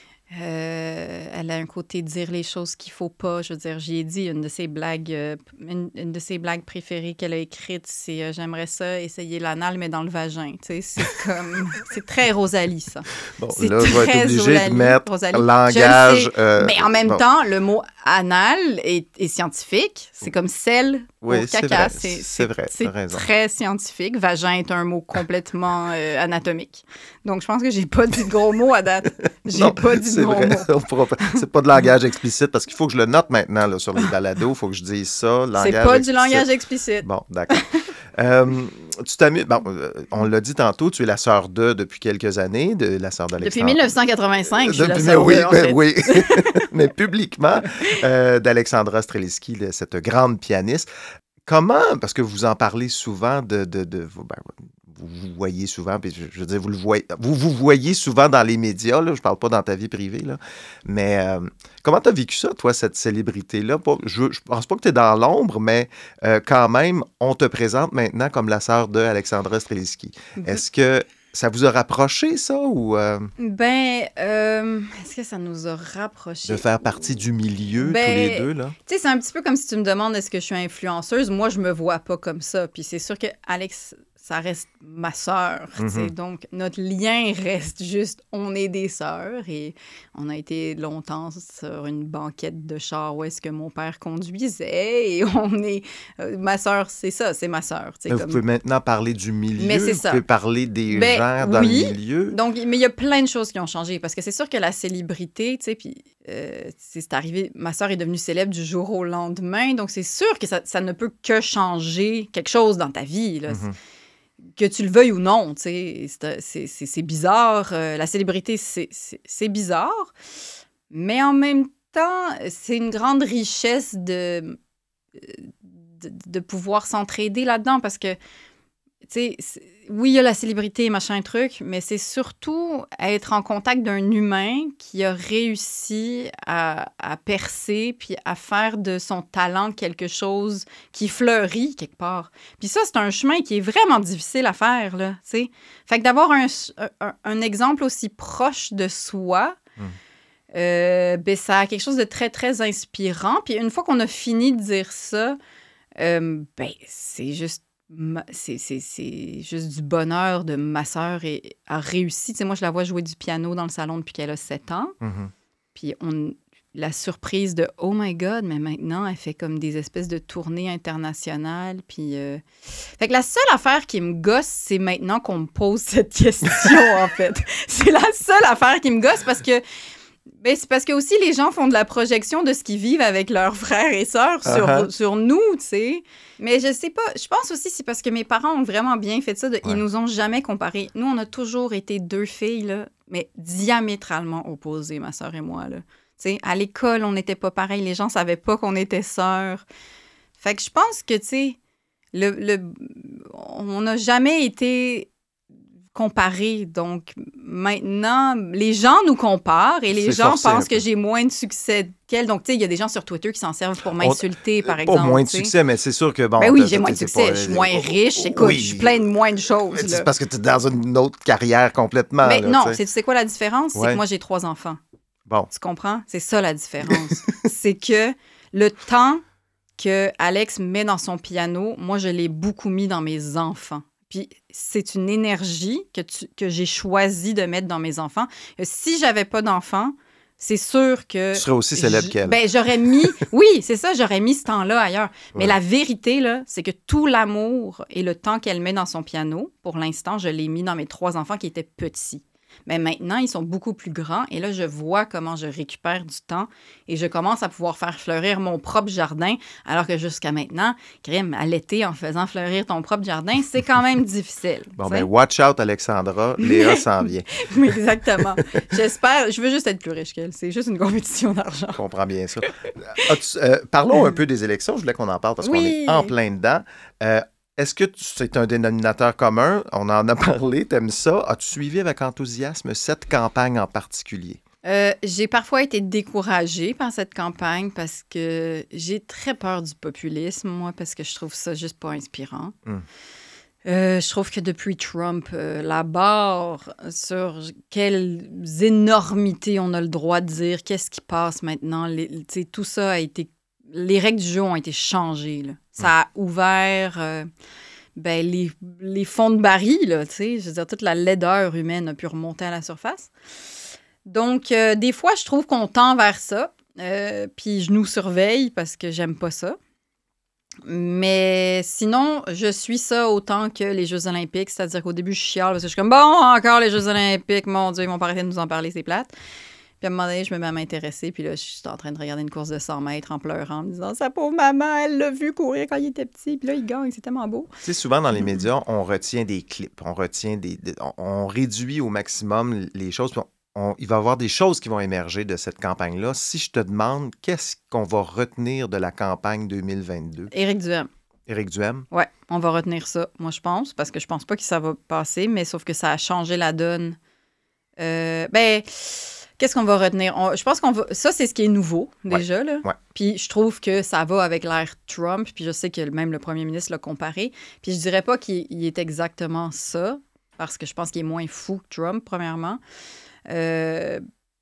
Speaker 4: Euh, elle a un côté de dire les choses qu'il faut pas. Je veux dire, j'y ai dit, une de ses blagues, euh, une, une de ses blagues préférées qu'elle a écrites, c'est euh, « J'aimerais ça, essayer l'anal, mais dans le vagin ». Tu sais, c'est comme... c'est très Rosalie, ça.
Speaker 2: Bon,
Speaker 4: c'est
Speaker 2: là, je vais être obligée
Speaker 4: Rosalie,
Speaker 2: de mettre
Speaker 4: Rosalie.
Speaker 2: langage... Euh,
Speaker 4: mais en même
Speaker 2: bon.
Speaker 4: temps, le mot « anal » est, est scientifique. C'est comme « sel »
Speaker 2: oui,
Speaker 4: au
Speaker 2: c'est
Speaker 4: caca.
Speaker 2: Vrai, c'est, c'est vrai,
Speaker 4: c'est
Speaker 2: raison.
Speaker 4: Très scientifique. Vagin est un mot complètement euh, anatomique. Donc, je pense que j'ai pas dit de gros mots à date. J'ai
Speaker 2: non,
Speaker 4: pas dit de gros
Speaker 2: vrai.
Speaker 4: mots.
Speaker 2: C'est pas de langage explicite parce qu'il faut que je le note maintenant là, sur les balados. Il faut que je dise ça.
Speaker 4: C'est pas explicite. Du langage explicite.
Speaker 2: Bon, d'accord. Euh, tu t'amuses... Bon, on l'a dit tantôt, tu es la sœur de depuis quelques années, de la sœur d'Alexandra.
Speaker 4: Depuis mille neuf cent quatre-vingt-cinq, je suis
Speaker 2: Depuis,
Speaker 4: la sœur
Speaker 2: oui,
Speaker 4: de, en
Speaker 2: ben,
Speaker 4: fait.
Speaker 2: oui. Mais publiquement, euh, d'Alexandra Strelitzky, cette grande pianiste. Comment, parce que vous en parlez souvent de... de, de ben, vous vous voyez souvent, puis je, je veux dire, vous le voyez, vous vous voyez souvent dans les médias, là, je parle pas dans ta vie privée, là, mais euh, comment tu as vécu ça, toi, cette célébrité-là? Pas, je, je pense pas que tu es dans l'ombre, mais euh, quand même, on te présente maintenant comme la sœur de Alexandra Strelitzky. Mm-hmm. Est-ce que ça vous a rapproché, ça, ou... Euh...
Speaker 4: Ben, euh, est-ce que ça nous a rapprochés?
Speaker 2: De faire partie du milieu,
Speaker 4: ben,
Speaker 2: tous les deux, là?
Speaker 4: Tu sais, c'est un petit peu comme si tu me demandes est-ce que je suis influenceuse. Moi, je me vois pas comme ça. Puis c'est sûr que Alex... ça reste ma sœur, mm-hmm. Donc notre lien reste juste, on est des sœurs et on a été longtemps sur une banquette de char où est-ce que mon père conduisait et on est, euh, ma sœur, c'est ça, c'est ma sœur.
Speaker 2: Vous
Speaker 4: comme...
Speaker 2: pouvez maintenant parler du milieu,
Speaker 4: mais c'est
Speaker 2: vous
Speaker 4: ça.
Speaker 2: pouvez parler des
Speaker 4: ben,
Speaker 2: gens dans
Speaker 4: oui.
Speaker 2: le milieu.
Speaker 4: Donc, mais il y a plein de choses qui ont changé parce que c'est sûr que la célébrité, tu sais, puis euh, c'est arrivé, ma sœur est devenue célèbre du jour au lendemain, donc c'est sûr que ça, ça ne peut que changer quelque chose dans ta vie, là. Mm-hmm. Que tu le veuilles ou non, tu sais, c'est, c'est, c'est, c'est bizarre. Euh, la célébrité, c'est, c'est, c'est bizarre. Mais en même temps, c'est une grande richesse de, de, de pouvoir s'entraider là-dedans parce que, tu sais, oui, il y a la célébrité, machin truc, mais c'est surtout être en contact d'un humain qui a réussi à, à percer puis à faire de son talent quelque chose qui fleurit quelque part. Puis ça, c'est un chemin qui est vraiment difficile à faire, là, tu sais. Fait que d'avoir un, un, un exemple aussi proche de soi, mmh. euh, ben ça a quelque chose de très, très inspirant. Puis une fois qu'on a fini de dire ça, euh, ben c'est juste C'est, c'est, c'est juste du bonheur de ma sœur et a réussi. Tu sais, moi, je la vois jouer du piano dans le salon depuis qu'elle a sept ans. Mm-hmm. Puis on, la surprise de « Oh my God! » Mais maintenant, elle fait comme des espèces de tournées internationales. Puis, euh... fait que la seule affaire qui me gosse, c'est maintenant qu'on me pose cette question, en fait. C'est la seule affaire qui me gosse parce que ben, c'est parce que aussi les gens font de la projection de ce qu'ils vivent avec leurs frères et sœurs sur, uh-huh. sur nous, tu sais. Mais je sais pas, je pense aussi c'est parce que mes parents ont vraiment bien fait ça. De, ouais. Ils nous ont jamais comparés. Nous, on a toujours été deux filles, là, mais diamétralement opposées, ma sœur et moi, là. Tu sais, à l'école, on n'était pas pareil. Les gens savaient pas qu'on était sœurs. Fait que je pense que, tu sais, le, le, on n'a jamais été comparés. Donc, maintenant, les gens nous comparent et les
Speaker 2: c'est
Speaker 4: gens pensent
Speaker 2: que
Speaker 4: j'ai moins de succès qu'elle. Donc, tu sais, il y a des gens sur Twitter qui s'en servent pour m'insulter, on, par exemple.
Speaker 2: Pas moins de
Speaker 4: t'sais.
Speaker 2: succès, mais c'est sûr que, bon...
Speaker 4: Ben oui, j'ai moins de succès. Pas, je suis moins riche. Écoute, oui, je suis plein de moins de choses.
Speaker 2: C'est parce que tu es dans une autre carrière complètement.
Speaker 4: Mais
Speaker 2: là,
Speaker 4: non,
Speaker 2: c'est,
Speaker 4: c'est, tu sais quoi la différence?
Speaker 2: Ouais.
Speaker 4: C'est que moi, j'ai trois enfants.
Speaker 2: Bon.
Speaker 4: Tu comprends? C'est ça, la différence. C'est que le temps que Alex met dans son piano, moi, je l'ai beaucoup mis dans mes enfants. Puis c'est une énergie que, tu, que j'ai choisi de mettre dans mes enfants. Si j'avais pas d'enfants, c'est sûr que...
Speaker 2: Tu serais aussi célèbre qu'elle.
Speaker 4: Ben, j'aurais mis... Oui, c'est ça, j'aurais mis ce temps-là ailleurs. Ouais. Mais la vérité, là, c'est que tout l'amour et le temps qu'elle met dans son piano, pour l'instant, je l'ai mis dans mes trois enfants qui étaient petits. Mais maintenant, ils sont beaucoup plus grands et là, je vois comment je récupère du temps et je commence à pouvoir faire fleurir mon propre jardin, alors que jusqu'à maintenant, crème, à l'été, en faisant fleurir ton propre jardin, c'est quand même difficile.
Speaker 2: Bon, ben watch out, Alexandra. Léa s'en vient.
Speaker 4: Oui, exactement. J'espère. Je veux juste être plus riche qu'elle. C'est juste une compétition d'argent.
Speaker 2: Je comprends bien ça. Euh, parlons un peu des élections. Je voulais qu'on en parle parce
Speaker 4: oui.
Speaker 2: qu'on est en plein dedans. Euh, Est-ce que tu, c'est un dénominateur commun? On en a parlé, t'aimes ça. As-tu suivi avec enthousiasme cette campagne en particulier?
Speaker 4: Euh, j'ai parfois été découragée par cette campagne parce que j'ai très peur du populisme, moi, parce que je trouve ça juste pas inspirant. Mm. Euh, je trouve que depuis Trump, euh, la barre sur quelles énormités on a le droit de dire, qu'est-ce qui passe maintenant, les, tout ça a été... Les règles du jeu ont été changées, là. Ça a ouvert euh, ben, les, les fonds de baril, là, tu sais. Je veux dire, toute la laideur humaine a pu remonter à la surface. Donc, euh, des fois, je trouve qu'on tend vers ça. Euh, puis je nous surveille parce que j'aime pas ça. Mais sinon, je suis ça autant que les Jeux olympiques. C'est-à-dire qu'au début, je chiale parce que je suis comme, bon, encore les Jeux olympiques, mon Dieu, ils vont pas arrêter de nous en parler, c'est plate. Puis à un moment donné, je me mets à m'intéresser. Puis là, je suis en train de regarder une course de cent mètres en pleurant, en me disant « Sa pauvre maman, elle l'a vu courir quand il était petit. » Puis là, il gagne, c'est tellement beau.
Speaker 2: Tu sais, souvent dans les médias, on retient des clips, on retient des... des- on, on réduit au maximum les choses. Puis on- on- il va y avoir des choses qui vont émerger de cette campagne-là. Si je te demande, qu'est-ce qu'on va retenir de la campagne deux mille vingt-deux?
Speaker 4: Éric Duhem.
Speaker 2: Éric Duhem?
Speaker 4: Ouais, on va retenir ça, moi, je pense, parce que je pense pas que ça va passer, mais sauf que ça a changé la donne. Euh, ben, qu'est-ce qu'on va retenir? On- je pense qu'on va... Ça, c'est ce qui est nouveau, déjà, là.
Speaker 2: ouais.
Speaker 4: Puis je trouve que ça va avec l'ère Trump, puis je sais que même le premier ministre l'a comparé. Puis je dirais pas qu'il il est exactement ça, parce que je pense qu'il est moins fou que Trump, premièrement. Euh,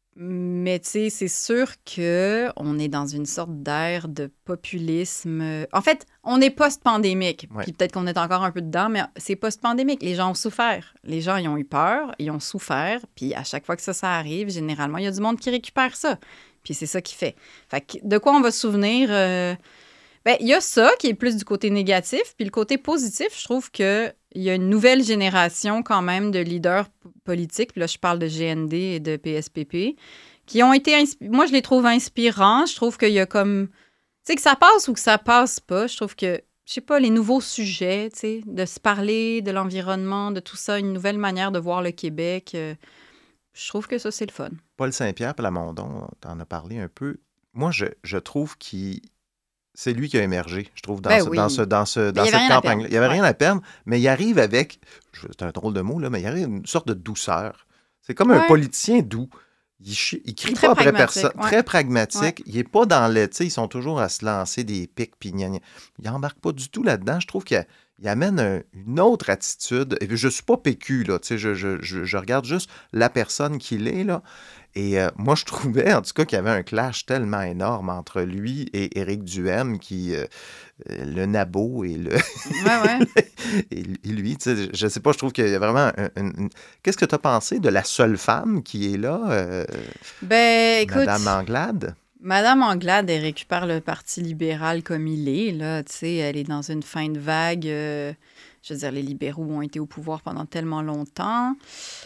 Speaker 4: mais tu sais, c'est sûr qu'on est dans une sorte d'ère de populisme. En fait, on est post-pandémique.
Speaker 2: Ouais.
Speaker 4: Puis peut-être qu'on est encore un peu dedans, mais c'est post-pandémique. Les gens ont souffert. Les gens, ils ont eu peur, ils ont souffert. Puis à chaque fois que ça, ça arrive, généralement, il y a du monde qui récupère ça. Puis c'est ça qui fait. Fait que de quoi on va se souvenir? Euh... Ben, il y a ça qui est plus du côté négatif. Puis le côté positif, je trouve que il y a une nouvelle génération quand même de leaders p- politiques. Puis là, je parle de G N D et de P S P P, qui ont été... inspi- Moi, je les trouve inspirants. Je trouve qu'il y a comme... Tu sais, que ça passe ou que ça passe pas. Je trouve que, je sais pas, les nouveaux sujets, tu sais, de se parler de l'environnement, de tout ça, une nouvelle manière de voir le Québec. euh, je trouve que ça, c'est le fun.
Speaker 2: Paul Saint-Pierre Plamondon, tu en as parlé un peu. Moi, je, je trouve qu'il... C'est lui qui a émergé, je trouve, dans,
Speaker 4: Ben
Speaker 2: ce,
Speaker 4: oui.
Speaker 2: dans, ce, dans, ce, dans
Speaker 4: il y avait
Speaker 2: cette
Speaker 4: rien à
Speaker 2: campagne-là.
Speaker 4: perdre.
Speaker 2: Il n'y avait
Speaker 4: Ouais.
Speaker 2: rien à perdre, mais il arrive avec, je- c'est un drôle de mot, là, mais il arrive une sorte de douceur. C'est comme un
Speaker 4: Ouais.
Speaker 2: politicien doux. Il, chi- il crie
Speaker 4: Très
Speaker 2: pas après
Speaker 4: pragmatique,
Speaker 2: personne.
Speaker 4: ouais.
Speaker 2: Très pragmatique. Il n'est pas dans le... Tu sais, ils sont toujours à se lancer des pics, puis gna, gna. Il n'embarque pas du tout là-dedans. Je trouve qu'il il amène un- une autre attitude. Et puis, je ne suis pas P Q, là. Tu sais, je, je, je, je regarde juste la personne qu'il est, là. Et euh, moi, je trouvais, en tout cas, qu'il y avait un clash tellement énorme entre lui et Éric Duhem, qui, euh, euh, le nabo et le...
Speaker 4: Ouais, ouais.
Speaker 2: et et lui, tu sais, je sais pas, je trouve qu'il y a vraiment... un- un- une- Qu'est-ce que tu as pensé de la seule femme qui est là, euh,
Speaker 4: Ben, écoute...
Speaker 2: Madame Anglade?
Speaker 4: Madame Anglade, elle récupère le Parti libéral comme il est, là, tu sais, elle est dans une fin de vague. euh, je veux dire, les libéraux ont été au pouvoir pendant tellement longtemps.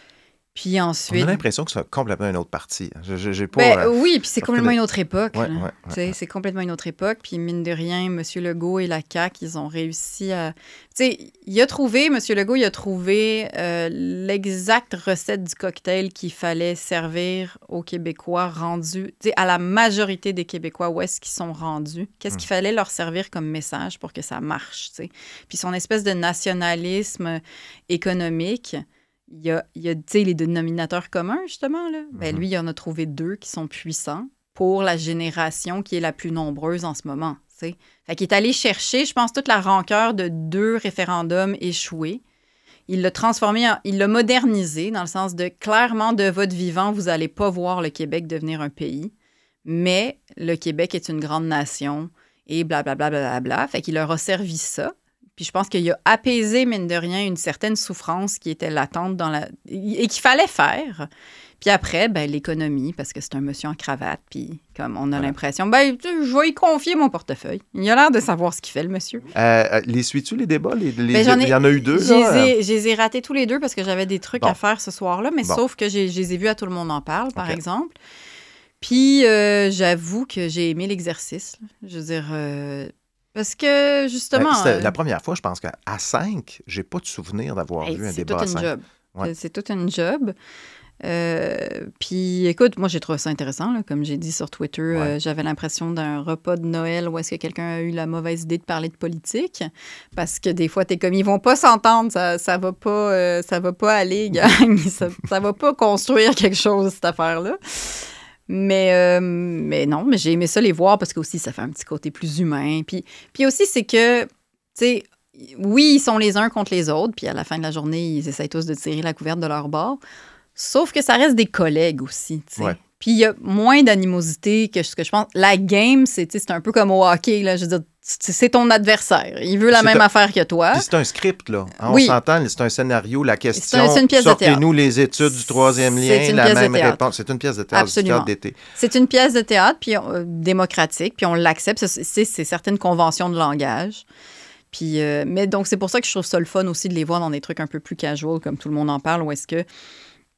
Speaker 4: Puis
Speaker 2: On
Speaker 4: ensuite...
Speaker 2: a l'impression que c'est complètement un autre parti. Je, je- j'ai pas...
Speaker 4: Ben,
Speaker 2: euh,
Speaker 4: oui, puis c'est
Speaker 2: parce que
Speaker 4: complètement
Speaker 2: le-
Speaker 4: une autre époque.
Speaker 2: Ouais,
Speaker 4: là.
Speaker 2: ouais, ouais,
Speaker 4: Tu sais,
Speaker 2: ouais.
Speaker 4: c'est complètement une autre époque. Puis mine de rien, M. Legault et la C A Q, ils ont réussi à... Tu sais, il a trouvé, M. Legault, il a trouvé euh, l'exacte recette du cocktail qu'il fallait servir aux Québécois rendus, tu sais, à la majorité des Québécois, où est-ce qu'ils sont rendus? Qu'est-ce qu'il fallait leur servir comme message pour que ça marche, tu sais? Puis son espèce de nationalisme économique... Il y a, il y a tu sais, les dénominateurs communs, justement. Là. Ben,
Speaker 2: Mhm.
Speaker 4: lui, il en a trouvé deux qui sont puissants pour la génération qui est la plus nombreuse en ce moment. Tu sais. Fait qu'il est allé chercher, je pense, toute la rancœur de deux référendums échoués. Il l'a transformé, en- il l'a modernisé dans le sens de, clairement, de votre vivant, vous n'allez pas voir le Québec devenir un pays, mais le Québec est une grande nation et blablabla. Bla, bla, bla, bla. Fait qu'il leur a servi ça. Puis je pense qu'il a apaisé, mine de rien, une certaine souffrance qui était latente dans la... et qu'il fallait faire. Puis après, ben, l'économie, parce que c'est un monsieur en cravate, puis comme on a
Speaker 2: Voilà.
Speaker 4: l'impression, ben, tu sais, je vais y confier mon portefeuille. Il a l'air de savoir ce qu'il fait, le monsieur.
Speaker 2: Euh, euh, les suis-tu, les débats? Les, les-
Speaker 4: Ben, j'en ai-
Speaker 2: il y en a eu deux,
Speaker 4: Je
Speaker 2: là?
Speaker 4: les ai- je les ai ratés tous les deux parce que j'avais des trucs
Speaker 2: Bon.
Speaker 4: à faire ce soir-là, mais
Speaker 2: Bon.
Speaker 4: sauf que j'ai- je les ai vus à Tout le monde en parle, par
Speaker 2: OK.
Speaker 4: exemple. Puis euh, j'avoue que j'ai aimé l'exercice. là. Je veux dire, euh, parce que
Speaker 2: Ben,
Speaker 4: justement...
Speaker 2: c'était
Speaker 4: euh,
Speaker 2: la première fois, je pense qu'à cinq, j'ai pas de souvenir d'avoir
Speaker 4: Hey,
Speaker 2: vu un
Speaker 4: c'est
Speaker 2: débat
Speaker 4: tout
Speaker 2: à
Speaker 4: une
Speaker 2: cinq.
Speaker 4: job.
Speaker 2: Ouais.
Speaker 4: C'est tout un job. Euh, puis, écoute, moi, j'ai trouvé ça intéressant. Là. Comme j'ai dit sur Twitter,
Speaker 2: Ouais.
Speaker 4: euh, j'avais l'impression d'un repas de Noël où est-ce que quelqu'un a eu la mauvaise idée de parler de politique. Parce que des fois, t'es comme, ils vont pas s'entendre, ça, ça va pas, euh, ça va pas aller, gang. ça, ça va pas construire quelque chose, cette affaire-là. Mais, euh, mais non, mais j'ai aimé ça les voir parce que aussi, ça fait un petit côté plus humain. Puis, puis aussi, c'est que, tu sais, oui, ils sont les uns contre les autres, puis à la fin de la journée, ils essayent tous de tirer la couverte de leur bord. Sauf que ça reste des collègues aussi, tu sais.
Speaker 2: Ouais.
Speaker 4: Puis il y a moins d'animosité que ce que je pense. La game, c'est, tu sais, c'est un peu comme au hockey, là. Je veux dire, c'est c'est ton adversaire. Il veut la
Speaker 2: C'est
Speaker 4: même
Speaker 2: un-
Speaker 4: affaire que toi.
Speaker 2: Puis c'est un script, là. Hein,
Speaker 4: Oui.
Speaker 2: On s'entend, c'est un scénario, la question,
Speaker 4: C'est un- c'est une pièce de
Speaker 2: sortez-nous les études du troisième
Speaker 4: C'est
Speaker 2: lien,
Speaker 4: une
Speaker 2: la
Speaker 4: pièce de
Speaker 2: même
Speaker 4: théâtre.
Speaker 2: réponse. C'est une pièce de théâtre, du
Speaker 4: Absolument.
Speaker 2: théâtre d'été.
Speaker 4: C'est une pièce de théâtre, puis euh, démocratique, puis on l'accepte. C'est, c'est, c'est certaines conventions de langage. Puis, euh, mais donc, c'est pour ça que je trouve ça le fun aussi de les voir dans des trucs un peu plus casual, comme Tout le monde en parle, où est-ce que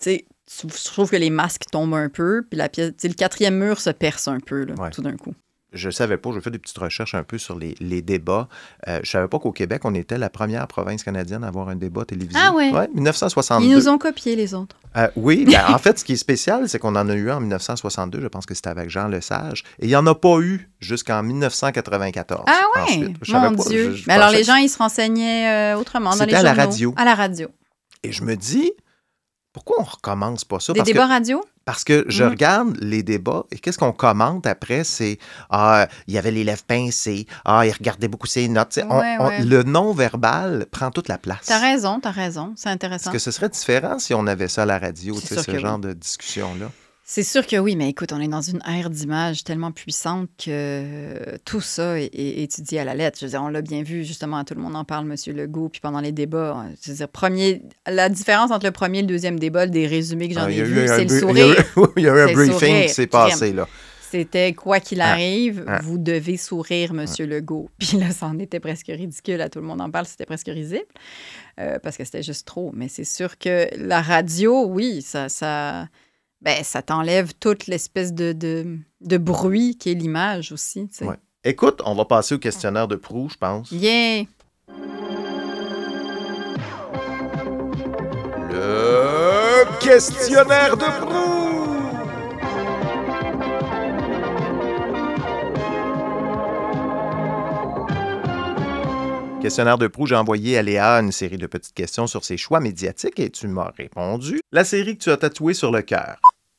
Speaker 4: sais, je trouve que les masques tombent un peu, puis la pièce, le quatrième mur se perce un peu, là, ouais. tout d'un coup.
Speaker 2: Je ne savais pas, j'ai fait des petites recherches un peu sur les, les débats. Euh, je ne savais pas qu'au Québec, on était la première province canadienne à avoir un débat télévisé.
Speaker 4: Ah oui?
Speaker 2: Oui, dix-neuf cent soixante-deux.
Speaker 4: Ils nous ont copiés, les autres.
Speaker 2: Euh, oui, ben, en fait, ce qui est spécial, c'est qu'on en a eu un en dix-neuf cent soixante-deux, je pense que c'était avec Jean Lesage, et il n'y en a pas eu jusqu'en dix-neuf cent quatre-vingt-quatorze.
Speaker 4: Ah oui? Mon
Speaker 2: pas,
Speaker 4: Dieu!
Speaker 2: Je, je
Speaker 4: Mais alors, les gens, ils se renseignaient euh, autrement dans les
Speaker 2: journaux.
Speaker 4: C'était
Speaker 2: à la radio.
Speaker 4: À la radio.
Speaker 2: Et je me dis, pourquoi on ne recommence pas ça?
Speaker 4: Des
Speaker 2: parce
Speaker 4: débats
Speaker 2: que,
Speaker 4: radio?
Speaker 2: Parce que je
Speaker 4: mmh.
Speaker 2: regarde les débats et qu'est-ce qu'on commente après? C'est ah, il y avait les lèvres pincées, ah, il regardait beaucoup ses notes.
Speaker 4: Ouais,
Speaker 2: on, on,
Speaker 4: ouais.
Speaker 2: Le non-verbal prend toute la place.
Speaker 4: T'as raison, t'as raison. C'est intéressant.
Speaker 2: Est-ce que ce serait différent si on avait ça à la radio, ce genre
Speaker 4: oui.
Speaker 2: de discussion-là?
Speaker 4: C'est sûr que oui, mais écoute, on est dans une ère d'images tellement puissante que tout ça est, est étudié à la lettre. Je veux dire, on l'a bien vu, justement, tout le monde en parle, M. Legault, puis pendant les débats. Je veux dire, premier, la différence entre le premier et le deuxième débat, des résumés que j'en
Speaker 2: ah,
Speaker 4: ai vus, c'est le
Speaker 2: sourire. Il y a eu un briefing
Speaker 4: sourire,
Speaker 2: qui s'est passé, là.
Speaker 4: C'était, quoi qu'il arrive,
Speaker 2: ah, ah.
Speaker 4: vous devez sourire, M. ah. Legault. Puis là, ça en était presque ridicule. À tout le monde en parle, c'était presque risible, euh, parce que c'était juste trop. Mais c'est sûr que la radio, oui, ça... ça ben, ça t'enlève toute l'espèce de, de, de bruit qui est l'image aussi. Tu sais.
Speaker 2: Ouais. Écoute, on va passer au questionnaire de Proulx, je pense.
Speaker 4: Yeah!
Speaker 2: Le questionnaire de Proulx! Questionnaire de Proulx, j'ai envoyé à Léa une série de petites questions sur ses choix médiatiques et tu m'as répondu. La série que tu as tatouée sur le cœur.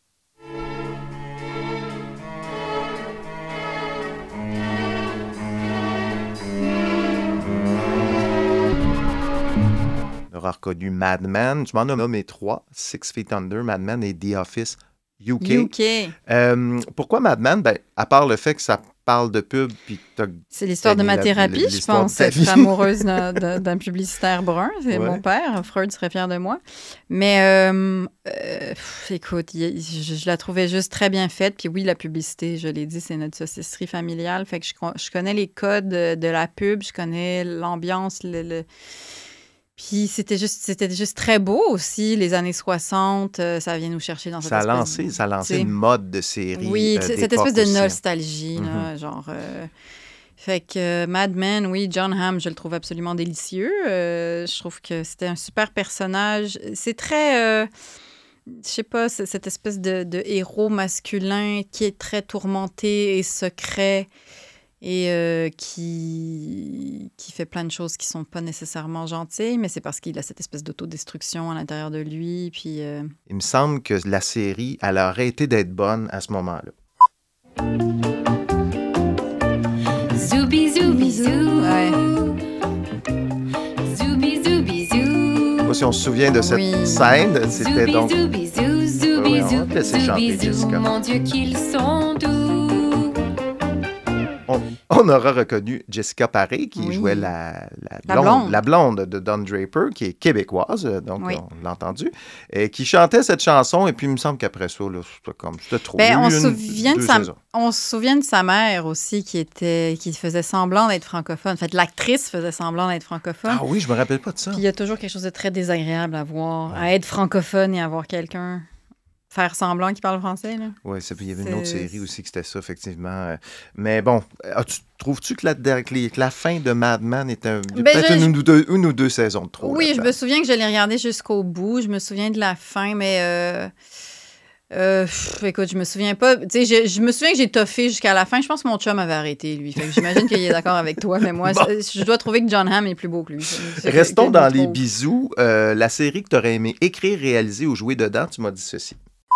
Speaker 2: Tu auras reconnu Mad Men. Tu m'en as nommé trois. Six Feet Under, Mad Men et The Office U K.
Speaker 4: U K.
Speaker 2: Euh, pourquoi Mad Men? Ben, à part le fait que ça parle de pub. Puis
Speaker 4: c'est l'histoire de ma thérapie, je pense. Être amoureuse d'un, d'un publicitaire brun. C'est ouais. mon père. Freud serait fier de moi. Mais euh, euh, écoute, je, je la trouvais juste très bien faite. Puis oui, la publicité, je l'ai dit, c'est notre saucisserie familiale. Fait que je, je connais les codes de, de la pub. Je connais l'ambiance, le... le... Puis c'était juste, c'était juste très beau aussi, les années soixante, euh, ça vient nous chercher dans cette
Speaker 2: ça a
Speaker 4: espèce
Speaker 2: lancé,
Speaker 4: de...
Speaker 2: Ça a lancé une mode de série.
Speaker 4: Oui,
Speaker 2: euh,
Speaker 4: cette espèce de nostalgie,
Speaker 2: aussi.
Speaker 4: là, mm-hmm. genre... Euh... Fait que euh, Mad Men, oui, John Hamm, je le trouve absolument délicieux. Euh, je trouve que c'était un super personnage. C'est très... Euh... Je sais pas, cette espèce de, de héros masculin qui est très tourmenté et secret... et euh, qui, qui fait plein de choses qui sont pas nécessairement gentilles, mais c'est parce qu'il a cette espèce d'autodestruction à l'intérieur de lui. Puis, euh...
Speaker 2: Il me semble que la série, elle a arrêté d'être bonne à ce moment-là.
Speaker 5: Zoubi, zoubi, zou.
Speaker 4: Ouais.
Speaker 5: Zoubi, zoubi, zou.
Speaker 2: Je sais pas si on se souvient de cette
Speaker 4: oui.
Speaker 2: scène. C'était
Speaker 5: zoubi,
Speaker 2: donc...
Speaker 5: Zoubi, zou, zoubi,
Speaker 2: ouais,
Speaker 5: zou.
Speaker 2: On va laisser chanter, Jessica.
Speaker 5: Mon Dieu, qu'ils sont doux.
Speaker 2: On, on aura reconnu Jessica Paré, qui oui. jouait la, la, blonde, la, blonde. la blonde de Don Draper, qui est québécoise, donc oui. on l'a entendu, et qui chantait cette chanson, et puis il me semble qu'après ça, là, c'était comme, c'était trop.
Speaker 4: Ben, on,
Speaker 2: une,
Speaker 4: se souvient de sa,
Speaker 2: saisons.
Speaker 4: on se souvient de sa mère aussi, qui, était, qui faisait semblant d'être francophone. En fait, l'actrice faisait semblant d'être francophone.
Speaker 2: Ah oui, je me rappelle pas de ça.
Speaker 4: Puis il y a toujours quelque chose de très désagréable à voir, ouais. à être francophone et à voir quelqu'un... faire semblant qu'il parle français, là.
Speaker 2: Oui, il y avait une autre série aussi qui c'était ça, effectivement. Mais bon, tu trouves-tu que la, que la fin de Mad Men est un, ben peut-être je, une, ou deux, une ou deux saisons de trop?
Speaker 4: Oui, je me souviens que je l'ai regardé jusqu'au bout. Je me souviens de la fin, mais... Euh, euh, pff, écoute, je me souviens pas. Tu sais, je, je me souviens que j'ai toffé jusqu'à la fin. Je pense que mon chum avait arrêté, lui. Fait que j'imagine qu'il est d'accord avec toi, mais moi, bon. je, je dois trouver que John Hamm est plus beau que lui. C'est
Speaker 2: Restons
Speaker 4: que,
Speaker 2: dans
Speaker 4: que
Speaker 2: les
Speaker 4: trop.
Speaker 2: bisous. Euh, la série que tu aurais aimé écrire, réaliser ou jouer dedans, tu m'as dit ceci.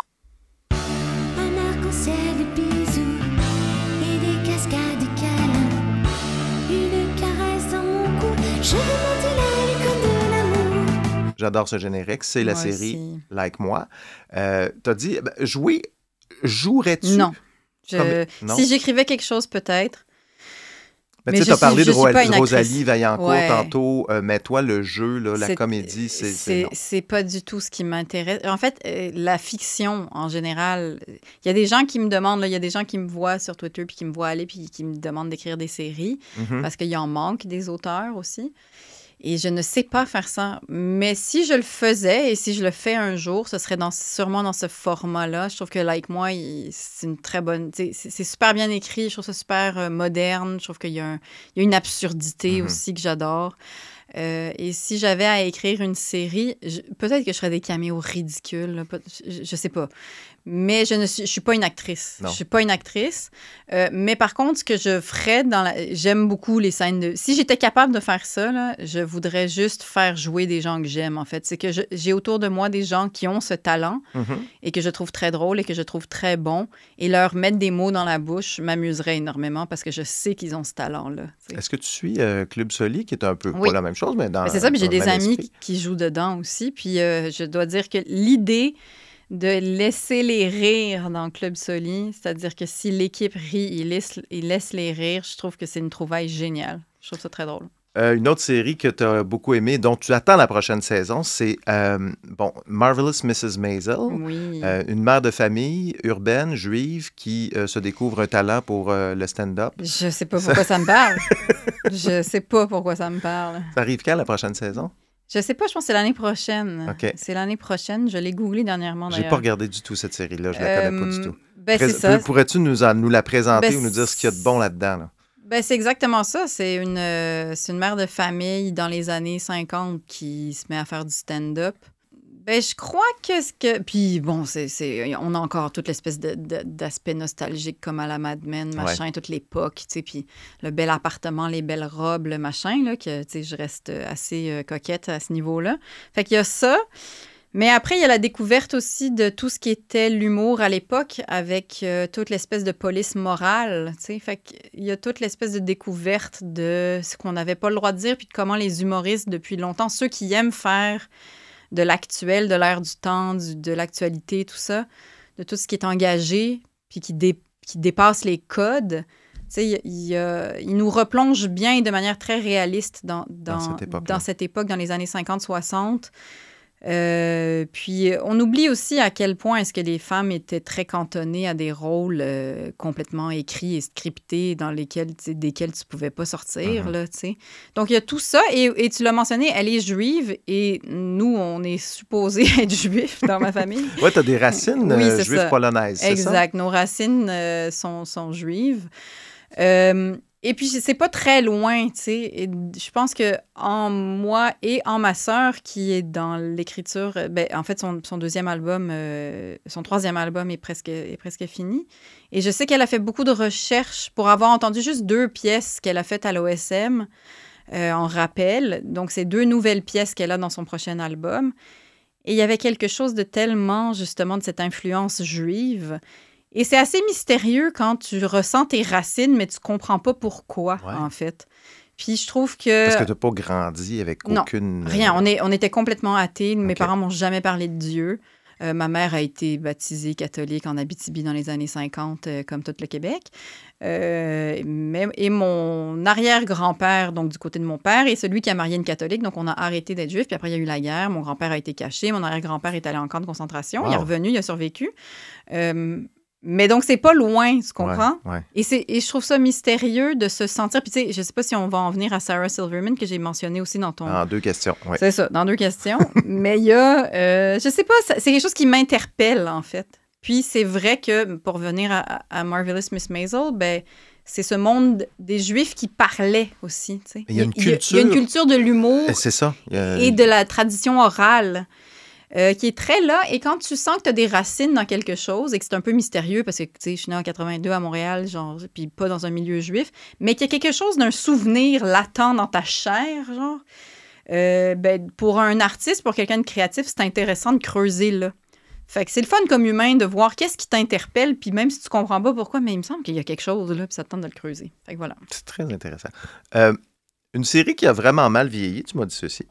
Speaker 2: J'adore ce générique. C'est la
Speaker 4: moi
Speaker 2: série
Speaker 4: aussi.
Speaker 2: Like Moi. Euh, t'as dit, ben, jouer, jouerais-tu?
Speaker 4: Non. Je...
Speaker 2: Comme... non.
Speaker 4: Si j'écrivais quelque chose, peut-être.
Speaker 2: Ben, mais tu as parlé de Ro- Rosalie Vaillancourt ouais. tantôt. Euh, mais toi, le jeu, là, la
Speaker 4: c'est,
Speaker 2: comédie, c'est, c'est,
Speaker 4: c'est
Speaker 2: non.
Speaker 4: C'est pas du tout ce qui m'intéresse. En fait, euh, la fiction, en général, il y a des gens qui me demandent, il y a des gens qui me voient sur Twitter puis qui me voient aller puis qui me demandent d'écrire des séries mm-hmm. parce qu'il y en manque des auteurs aussi. Et je ne sais pas faire ça. Mais si je le faisais et si je le fais un jour, ce serait dans, sûrement dans ce format-là. Je trouve que Like Moi, il, c'est une très bonne... C'est, c'est super bien écrit. Je trouve ça super euh, moderne. Je trouve qu'il y a, un, il y a une absurdité mm-hmm. aussi que j'adore. Euh, et si j'avais à écrire une série, je, peut-être que je ferais des caméos ridicules. Là, je, je sais pas. Mais je ne suis, je suis pas une actrice.
Speaker 2: Non.
Speaker 4: Je suis pas une actrice. Euh, mais par contre, ce que je ferais dans la... J'aime beaucoup les scènes de... Si j'étais capable de faire ça, là, je voudrais juste faire jouer des gens que j'aime, en fait. C'est que je, j'ai autour de moi des gens qui ont ce talent mm-hmm. et que je trouve très drôle et que je trouve très bon. Et leur mettre des mots dans la bouche m'amuserait énormément parce que je sais qu'ils ont ce talent-là. T'sais.
Speaker 2: Est-ce que tu suis euh, Club Soli, qui est un peu
Speaker 4: oui.
Speaker 2: pas la même chose, mais dans...
Speaker 4: Mais c'est ça, puis j'ai des amis
Speaker 2: esprit.
Speaker 4: qui jouent dedans aussi. Puis euh, je dois dire que l'idée... de laisser les rire dans Club Soli, c'est-à-dire que si l'équipe rit, il laisse, il laisse les rire, je trouve que c'est une trouvaille géniale. Je trouve ça très drôle.
Speaker 2: Euh, une autre série que tu as beaucoup aimée, dont tu attends la prochaine saison, c'est euh, bon, Marvelous missus Maisel,
Speaker 4: oui.
Speaker 2: euh, une mère de famille urbaine, juive, qui euh, se découvre un talent pour euh, le stand-up.
Speaker 4: Je sais pas pourquoi ça, ça me parle. Je sais pas pourquoi ça me parle.
Speaker 2: Ça arrive quand, la prochaine saison?
Speaker 4: Je sais pas, je pense que c'est l'année prochaine.
Speaker 2: Okay.
Speaker 4: C'est l'année prochaine. Je l'ai googlé dernièrement, d'ailleurs.
Speaker 2: J'ai pas regardé du tout cette série-là. Je la
Speaker 4: euh,
Speaker 2: connais pas du tout.
Speaker 4: Ben,
Speaker 2: Prés-
Speaker 4: c'est ça.
Speaker 2: Pourrais-tu nous, en, nous la présenter
Speaker 4: ben,
Speaker 2: ou nous dire ce qu'il y a de bon là-dedans? Là?
Speaker 4: Ben, c'est exactement ça. C'est une, euh, c'est une mère de famille dans les années cinquante qui se met à faire du stand-up. Ben, je crois que ce que... Puis, bon, c'est, c'est... on a encore toute l'espèce de, de, d'aspect nostalgique comme à la Mad Men, machin, ouais. toute l'époque, tu sais, puis le bel appartement, les belles robes, le machin, là, que, tu sais, je reste assez euh, coquette à ce niveau-là. Fait qu'il y a ça. Mais après, il y a la découverte aussi de tout ce qui était l'humour à l'époque avec euh, toute l'espèce de police morale, tu sais. Fait qu'il y a toute l'espèce de découverte de ce qu'on n'avait pas le droit de dire, puis de comment les humoristes, depuis longtemps, ceux qui aiment faire... de l'actuel, de l'ère du temps, du, de l'actualité, tout ça, de tout ce qui est engagé, puis qui, dé, qui dépasse les codes. Tu sais, il, il, il nous replonge bien de manière très réaliste dans, dans, dans, cette, époque, dans cette époque, dans les années cinquante soixante. Euh, puis, on oublie aussi à quel point est-ce que les femmes étaient très cantonnées à des rôles euh, complètement écrits et scriptés dans lesquels, desquels tu ne pouvais pas sortir. Mm-hmm. Là, donc, il y a tout ça. Et, et tu l'as mentionné, elle est juive et nous, on est supposés être juifs dans ma famille.
Speaker 2: Oui, tu as des racines
Speaker 4: oui,
Speaker 2: euh, juives ça. polonaises, c'est
Speaker 4: exact. ça? Exact. Nos racines euh, sont, sont juives. Euh, Et puis, c'est pas très loin, tu sais. Et je pense qu'en moi et en ma sœur, qui est dans l'écriture... Ben, en fait, son, son deuxième album, euh, son troisième album est presque, est presque fini. Et je sais qu'elle a fait beaucoup de recherches pour avoir entendu juste deux pièces qu'elle a faites à l'O S M euh, en rappel. Donc, c'est deux nouvelles pièces qu'elle a dans son prochain album. Et il y avait quelque chose de tellement, justement, de cette influence juive... Et c'est assez mystérieux quand tu ressens tes racines, mais tu comprends pas pourquoi, ouais. en fait. Puis je trouve que...
Speaker 2: Parce que tu n'as pas grandi avec aucune...
Speaker 4: Non, rien. On, est, on était complètement athées. Mes okay. parents m'ont jamais parlé de Dieu. Euh, ma mère a été baptisée catholique en Abitibi dans les années cinquante, euh, comme tout le Québec. Euh, mais, et mon arrière-grand-père, donc du côté de mon père, est celui qui a marié une catholique. Donc, on a arrêté d'être juif. Puis après, il y a eu la guerre. Mon grand-père a été caché. Mon arrière-grand-père est allé en camp de concentration. Wow. Il est revenu, il a survécu. Euh, Mais donc, c'est pas loin, tu comprends?
Speaker 2: Ouais, ouais.
Speaker 4: Et, c'est, et je trouve ça mystérieux de se sentir... Puis tu sais, je sais pas si on va en venir à Sarah Silverman, que j'ai mentionné aussi dans ton...
Speaker 2: En deux questions, oui.
Speaker 4: C'est ça, dans deux questions. Mais il y a... Euh, je sais pas, c'est quelque chose qui m'interpelle, en fait. Puis c'est vrai que, pour revenir à, à Marvelous missus Maisel, ben, c'est ce monde des Juifs qui parlait aussi, tu sais.
Speaker 2: Il y a une culture...
Speaker 4: Il y a une culture de l'humour.
Speaker 2: C'est ça. A...
Speaker 4: Et de la tradition orale. Euh, qui est très là. Et quand tu sens que tu as des racines dans quelque chose et que c'est un peu mystérieux, parce que, tu sais, je suis née en quatre-vingt-deux à Montréal, genre, puis pas dans un milieu juif, mais qu'il y a quelque chose d'un souvenir latent dans ta chair, genre, euh, ben, pour un artiste, pour quelqu'un de créatif, c'est intéressant de creuser là. Fait que c'est le fun comme humain de voir qu'est-ce qui t'interpelle, puis même si tu comprends pas pourquoi, mais il me semble qu'il y a quelque chose là, puis ça te tente de le creuser. Fait que voilà.
Speaker 2: C'est très intéressant. Euh, une série qui a vraiment mal vieilli, tu m'as dit ceci.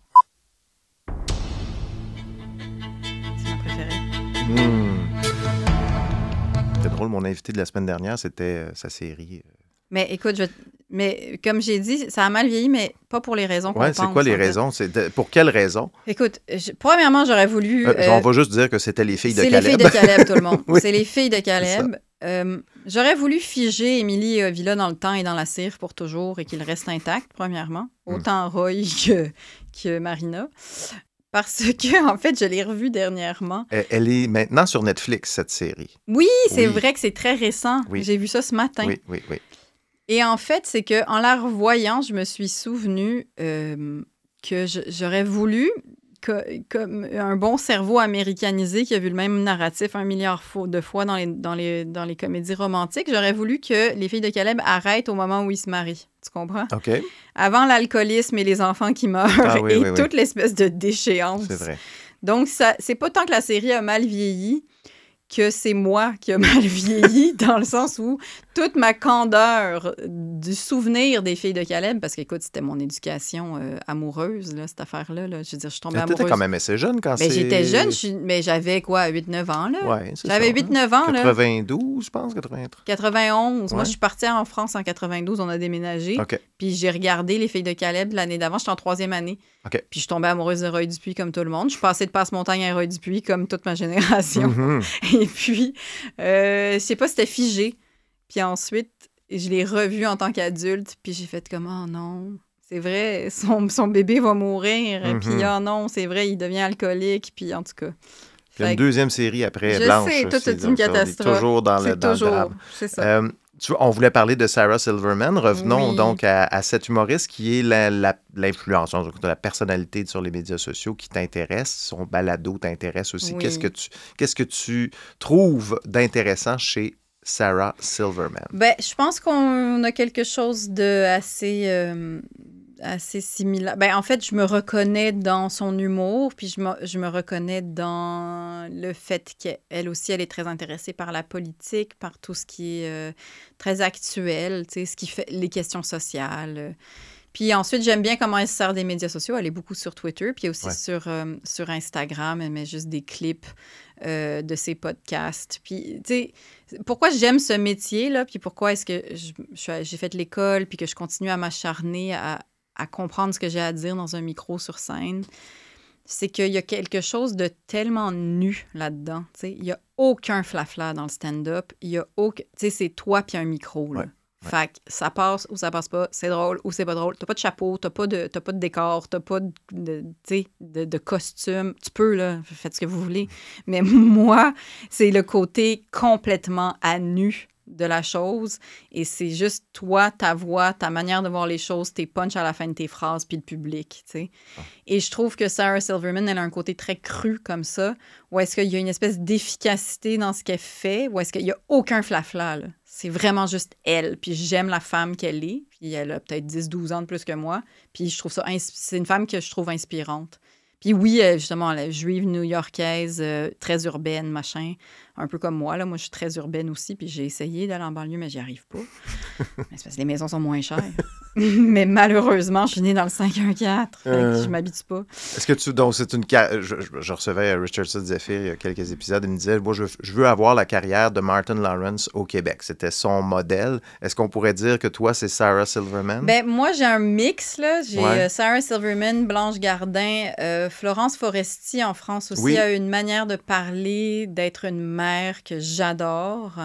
Speaker 2: Mmh. C'est drôle, mon invité de la semaine dernière, c'était euh, sa série. Euh...
Speaker 4: Mais écoute, je... mais comme j'ai dit, ça a mal vieilli, mais pas pour les raisons qu'on
Speaker 2: ouais,
Speaker 4: pense.
Speaker 2: Oui, c'est quoi les raisons? C'est de... Pour quelles raisons?
Speaker 4: Écoute, je... premièrement, j'aurais voulu...
Speaker 2: Euh,
Speaker 4: euh...
Speaker 2: On va juste dire que c'était les filles de
Speaker 4: c'est
Speaker 2: Caleb.
Speaker 4: C'est les filles de Caleb, tout le monde.
Speaker 2: Oui.
Speaker 4: C'est les filles de Caleb. Euh, j'aurais voulu figer Émilie et Villa dans le temps et dans la cire pour toujours et qu'il reste intact, premièrement. Autant Roy que, que Marina. Parce que, en fait, je l'ai revue dernièrement.
Speaker 2: Elle, elle est maintenant sur Netflix, cette série.
Speaker 4: Oui, c'est
Speaker 2: Oui.
Speaker 4: vrai que c'est très récent.
Speaker 2: Oui.
Speaker 4: J'ai vu ça ce matin.
Speaker 2: Oui, oui, oui.
Speaker 4: Et en fait, c'est qu'en la revoyant, je me suis souvenu euh, que je- j'aurais voulu, que- comme un bon cerveau américanisé qui a vu le même narratif un milliard fo- de fois dans les, dans, les, dans les comédies romantiques, j'aurais voulu que les filles de Caleb arrêtent au moment où ils se marient. Tu comprends?
Speaker 2: OK,
Speaker 4: Avant l'alcoolisme et les enfants qui meurent
Speaker 2: Ah oui,
Speaker 4: et
Speaker 2: oui, oui.
Speaker 4: toute l'espèce de déchéance.
Speaker 2: c'est vrai.
Speaker 4: Donc, ça, c'est pas tant que la série a mal vieilli que c'est moi qui a mal vieilli, dans le sens où toute ma candeur du souvenir des filles de Caleb, parce qu'écoute, c'était mon éducation euh, amoureuse, là, cette affaire-là. Là. Je veux dire, je suis tombée
Speaker 2: Tu étais
Speaker 4: amoureuse.
Speaker 2: quand même assez jeune quand
Speaker 4: Mais
Speaker 2: c'est...
Speaker 4: j'étais jeune, je suis- mais j'avais quoi, huit neuf ans, là?
Speaker 2: Ouais, c'est
Speaker 4: J'avais
Speaker 2: ça,
Speaker 4: huit
Speaker 2: hein.
Speaker 4: neuf ans, là.
Speaker 2: quatre-vingt-douze, je pense, quatre-vingt-trois.
Speaker 4: quatre-vingt-onze. Moi,
Speaker 2: Ouais.
Speaker 4: je suis partie en France en quatre-vingt-douze, on a déménagé.
Speaker 2: OK.
Speaker 4: Puis j'ai regardé Les filles de Caleb l'année d'avant, j'étais en troisième année.
Speaker 2: OK.
Speaker 4: Puis je suis tombée amoureuse de Roy Dupuis comme tout le monde. Je suis passée de Passe-Montagne à Roy Dupuis comme toute ma génération.
Speaker 2: Mhm.
Speaker 4: Et puis, euh, je sais pas, c'était figé. Puis ensuite, je l'ai revu en tant qu'adulte, puis j'ai fait comme, oh non, c'est vrai, son, son bébé va mourir.
Speaker 2: Mhm.
Speaker 4: Puis, oh non, c'est vrai, il devient alcoolique. Puis en tout cas.
Speaker 2: Il y a
Speaker 4: Fait
Speaker 2: une
Speaker 4: que-
Speaker 2: deuxième série après,
Speaker 4: Je
Speaker 2: Blanche.
Speaker 4: sais, tout
Speaker 2: c'est
Speaker 4: est une
Speaker 2: donc ça, on est
Speaker 4: catastrophe.
Speaker 2: toujours dans le,
Speaker 4: C'est
Speaker 2: dans le
Speaker 4: toujours,
Speaker 2: drame.
Speaker 4: c'est ça.
Speaker 2: Euh, tu vois, on voulait parler de Sarah Silverman. Revenons
Speaker 4: Oui.
Speaker 2: donc à, à cette humoriste qui est la- la- l'influence, la, la personnalité sur les médias sociaux qui t'intéresse. Son balado t'intéresse aussi.
Speaker 4: Oui.
Speaker 2: Qu'est-ce que tu, qu'est-ce que tu trouves d'intéressant chez Sarah Silverman?
Speaker 4: Ben, je pense qu'on a quelque chose de assez, euh, assez similaire. Ben, en fait, je me reconnais dans son humour, puis je me, je me reconnais dans le fait qu'elle aussi, elle est très intéressée par la politique, par tout ce qui est euh, très actuel, tu sais, ce qui fait les questions sociales. Puis ensuite, j'aime bien comment elle se sert des médias sociaux. Elle est beaucoup sur Twitter, puis aussi
Speaker 2: Ouais.
Speaker 4: sur, euh, sur Instagram. Elle met juste des clips euh, de ses podcasts. Puis, tu sais, pourquoi j'aime ce métier-là, puis pourquoi est-ce que je- je suis- j'ai fait l'école, puis que je continue à m'acharner à, à comprendre ce que j'ai à dire dans un micro sur scène, c'est qu'il y a quelque chose de tellement nu là-dedans. Tu sais, il n'y a aucun flafla dans le stand-up. Il y a aucun... Tu sais, c'est toi puis un micro, là.
Speaker 2: Ouais.
Speaker 4: Fait que ça passe ou ça passe pas, c'est drôle ou c'est pas drôle. T'as pas de chapeau, t'as pas de, t'as pas de décor, t'as pas de, de, tu sais, de, de costume. Tu peux, là, faites ce que vous voulez. Mais moi, c'est le côté complètement à nu de la chose. Et c'est juste toi, ta voix, ta manière de voir les choses, tes punchs à la fin de tes phrases, puis le public, tu sais. Et je trouve que Sarah Silverman, elle a un côté très cru comme ça, où est-ce qu'il y a une espèce d'efficacité dans ce qu'elle fait, où est-ce qu'il n'y a aucun flafla, là. C'est vraiment juste elle. Puis j'aime la femme qu'elle est. Puis elle a peut-être dix douze ans de plus que moi. Puis je trouve ça... ins- C'est une femme que je trouve inspirante. Puis oui, euh, justement, la juive new-yorkaise, euh, très urbaine, machin. Un peu comme moi, là. Moi, je suis très urbaine aussi. Puis j'ai essayé d'aller en banlieue, mais j'y arrive pas. Mais c'est parce que les maisons sont moins chères. Mais malheureusement, je suis née dans le cinq un quatre. Fait que
Speaker 2: Euh.
Speaker 4: je m'habitue pas.
Speaker 2: Est-ce que tu... Donc, c'est une... car- Je, je- je recevais Richardson Zephyr il y a quelques épisodes. Il me disait, moi, je, je veux avoir la carrière de Martin Lawrence au Québec. C'était son modèle. Est-ce qu'on pourrait dire que toi, c'est Sarah Silverman?
Speaker 4: Ben, moi, j'ai un mix, là. J'ai
Speaker 2: Ouais.
Speaker 4: euh, Sarah Silverman, Blanche Gardin, euh, Florence Foresti en France aussi
Speaker 2: Oui.
Speaker 4: a une manière de parler, d'être une mère que j'adore.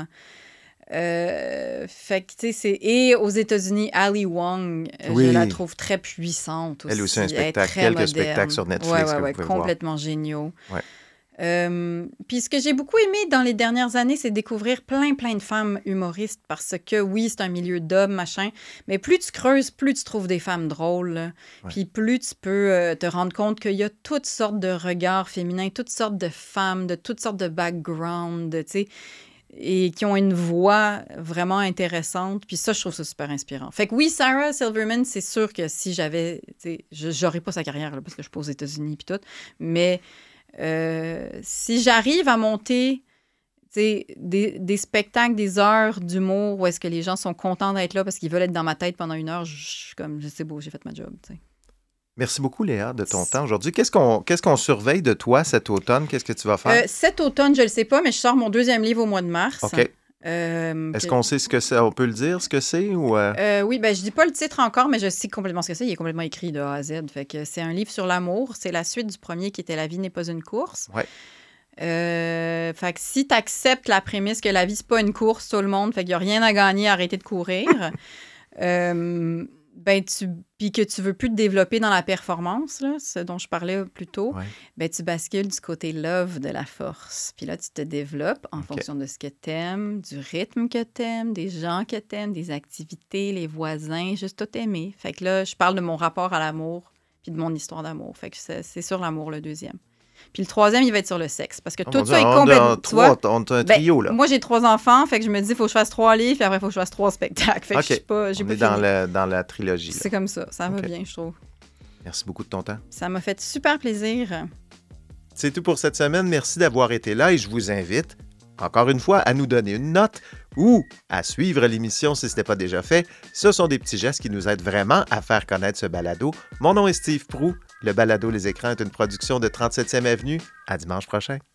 Speaker 4: Euh, fait que, tu sais, c'est... Et aux États-Unis, Ali Wong, euh,
Speaker 2: Oui.
Speaker 4: je la trouve très puissante aussi.
Speaker 2: Elle aussi, un
Speaker 4: Elle est
Speaker 2: spectacle,
Speaker 4: très
Speaker 2: quelques
Speaker 4: moderne.
Speaker 2: spectacles sur Netflix
Speaker 4: Ouais,
Speaker 2: que
Speaker 4: ouais,
Speaker 2: vous
Speaker 4: ouais,
Speaker 2: pouvez voir.
Speaker 4: complètement géniaux.
Speaker 2: Ouais.
Speaker 4: Euh, puis ce que j'ai beaucoup aimé dans les dernières années, c'est découvrir plein, plein de femmes humoristes parce que oui, c'est un milieu d'hommes, machin, mais plus tu creuses, plus tu trouves des femmes drôles. là.
Speaker 2: Ouais.
Speaker 4: Puis plus tu peux euh, te rendre compte qu'il y a toutes sortes de regards féminins, toutes sortes de femmes, de toutes sortes de backgrounds, tu sais, et qui ont une voix vraiment intéressante. Puis ça, je trouve ça super inspirant. Fait que oui, Sarah Silverman, c'est sûr que si j'avais, tu sais, je- j'aurais pas sa carrière là, parce que je suis pas aux États-Unis puis tout, mais euh, si j'arrive à monter tu sais, des, des spectacles, des heures d'humour où est-ce que les gens sont contents d'être là parce qu'ils veulent être dans ma tête pendant une heure, je je suis comme, c'est beau, j'ai fait ma job, tu sais.
Speaker 2: Merci beaucoup, Léa, de ton temps aujourd'hui. Qu'est-ce qu'on qu'est-ce qu'on surveille de toi cet automne? Qu'est-ce que tu vas faire?
Speaker 4: Euh, cet automne, je le sais pas, mais je sors mon deuxième livre au mois de mars.
Speaker 2: OK.
Speaker 4: Euh,
Speaker 2: Est-ce
Speaker 4: que-
Speaker 2: qu'on sait ce que c'est? On peut le dire, ce que c'est? Ou euh,
Speaker 4: Euh, oui, ben je dis pas le titre encore, mais je sais complètement ce que c'est. Il est complètement écrit de A à Z. Fait que c'est un livre sur l'amour. C'est la suite du premier qui était La vie n'est pas une course.
Speaker 2: Ouais.
Speaker 4: Euh, fait que si tu acceptes la prémisse que la vie, c'est pas une course, tout le monde, fait qu'il n'y a rien à gagner à arrêter de courir, euh, ben tu, puis que tu veux plus te développer dans la performance, là, ce dont je parlais plus tôt,
Speaker 2: Ouais.
Speaker 4: ben tu bascules du côté love de la force. Puis là, tu te développes en
Speaker 2: OK.
Speaker 4: fonction de ce que tu aimes, du rythme que tu aimes, des gens que tu aimes, des activités, les voisins, juste tout aimer. Fait que là, je parle de mon rapport à l'amour puis de mon histoire d'amour. Fait que c'est, c'est sur l'amour, le deuxième. Puis le troisième, il va être sur le sexe. Parce que
Speaker 2: Oh
Speaker 4: tout
Speaker 2: mon
Speaker 4: ça
Speaker 2: Dieu,
Speaker 4: est
Speaker 2: on a
Speaker 4: complètement... tu
Speaker 2: trois,
Speaker 4: vois,
Speaker 2: on a un
Speaker 4: ben,
Speaker 2: trio, là.
Speaker 4: moi, j'ai trois enfants, fait que je me dis, il faut que je fasse trois livres, puis après, il faut que je fasse trois spectacles. Fait que
Speaker 2: OK.
Speaker 4: je suis pas, j'ai
Speaker 2: On
Speaker 4: pas
Speaker 2: est dans,
Speaker 4: fini.
Speaker 2: le, dans la trilogie. là.
Speaker 4: C'est comme ça. Ça va
Speaker 2: OK.
Speaker 4: bien, je trouve.
Speaker 2: Merci beaucoup de ton temps.
Speaker 4: Ça m'a fait super plaisir.
Speaker 2: C'est tout pour cette semaine. Merci d'avoir été là et je vous invite, encore une fois, à nous donner une note ou à suivre l'émission si ce n'est pas déjà fait. Ce sont des petits gestes qui nous aident vraiment à faire connaître ce balado. Mon nom est Steve Proulx. Le balado Les Écrans est une production de trente-septième Avenue. À dimanche prochain.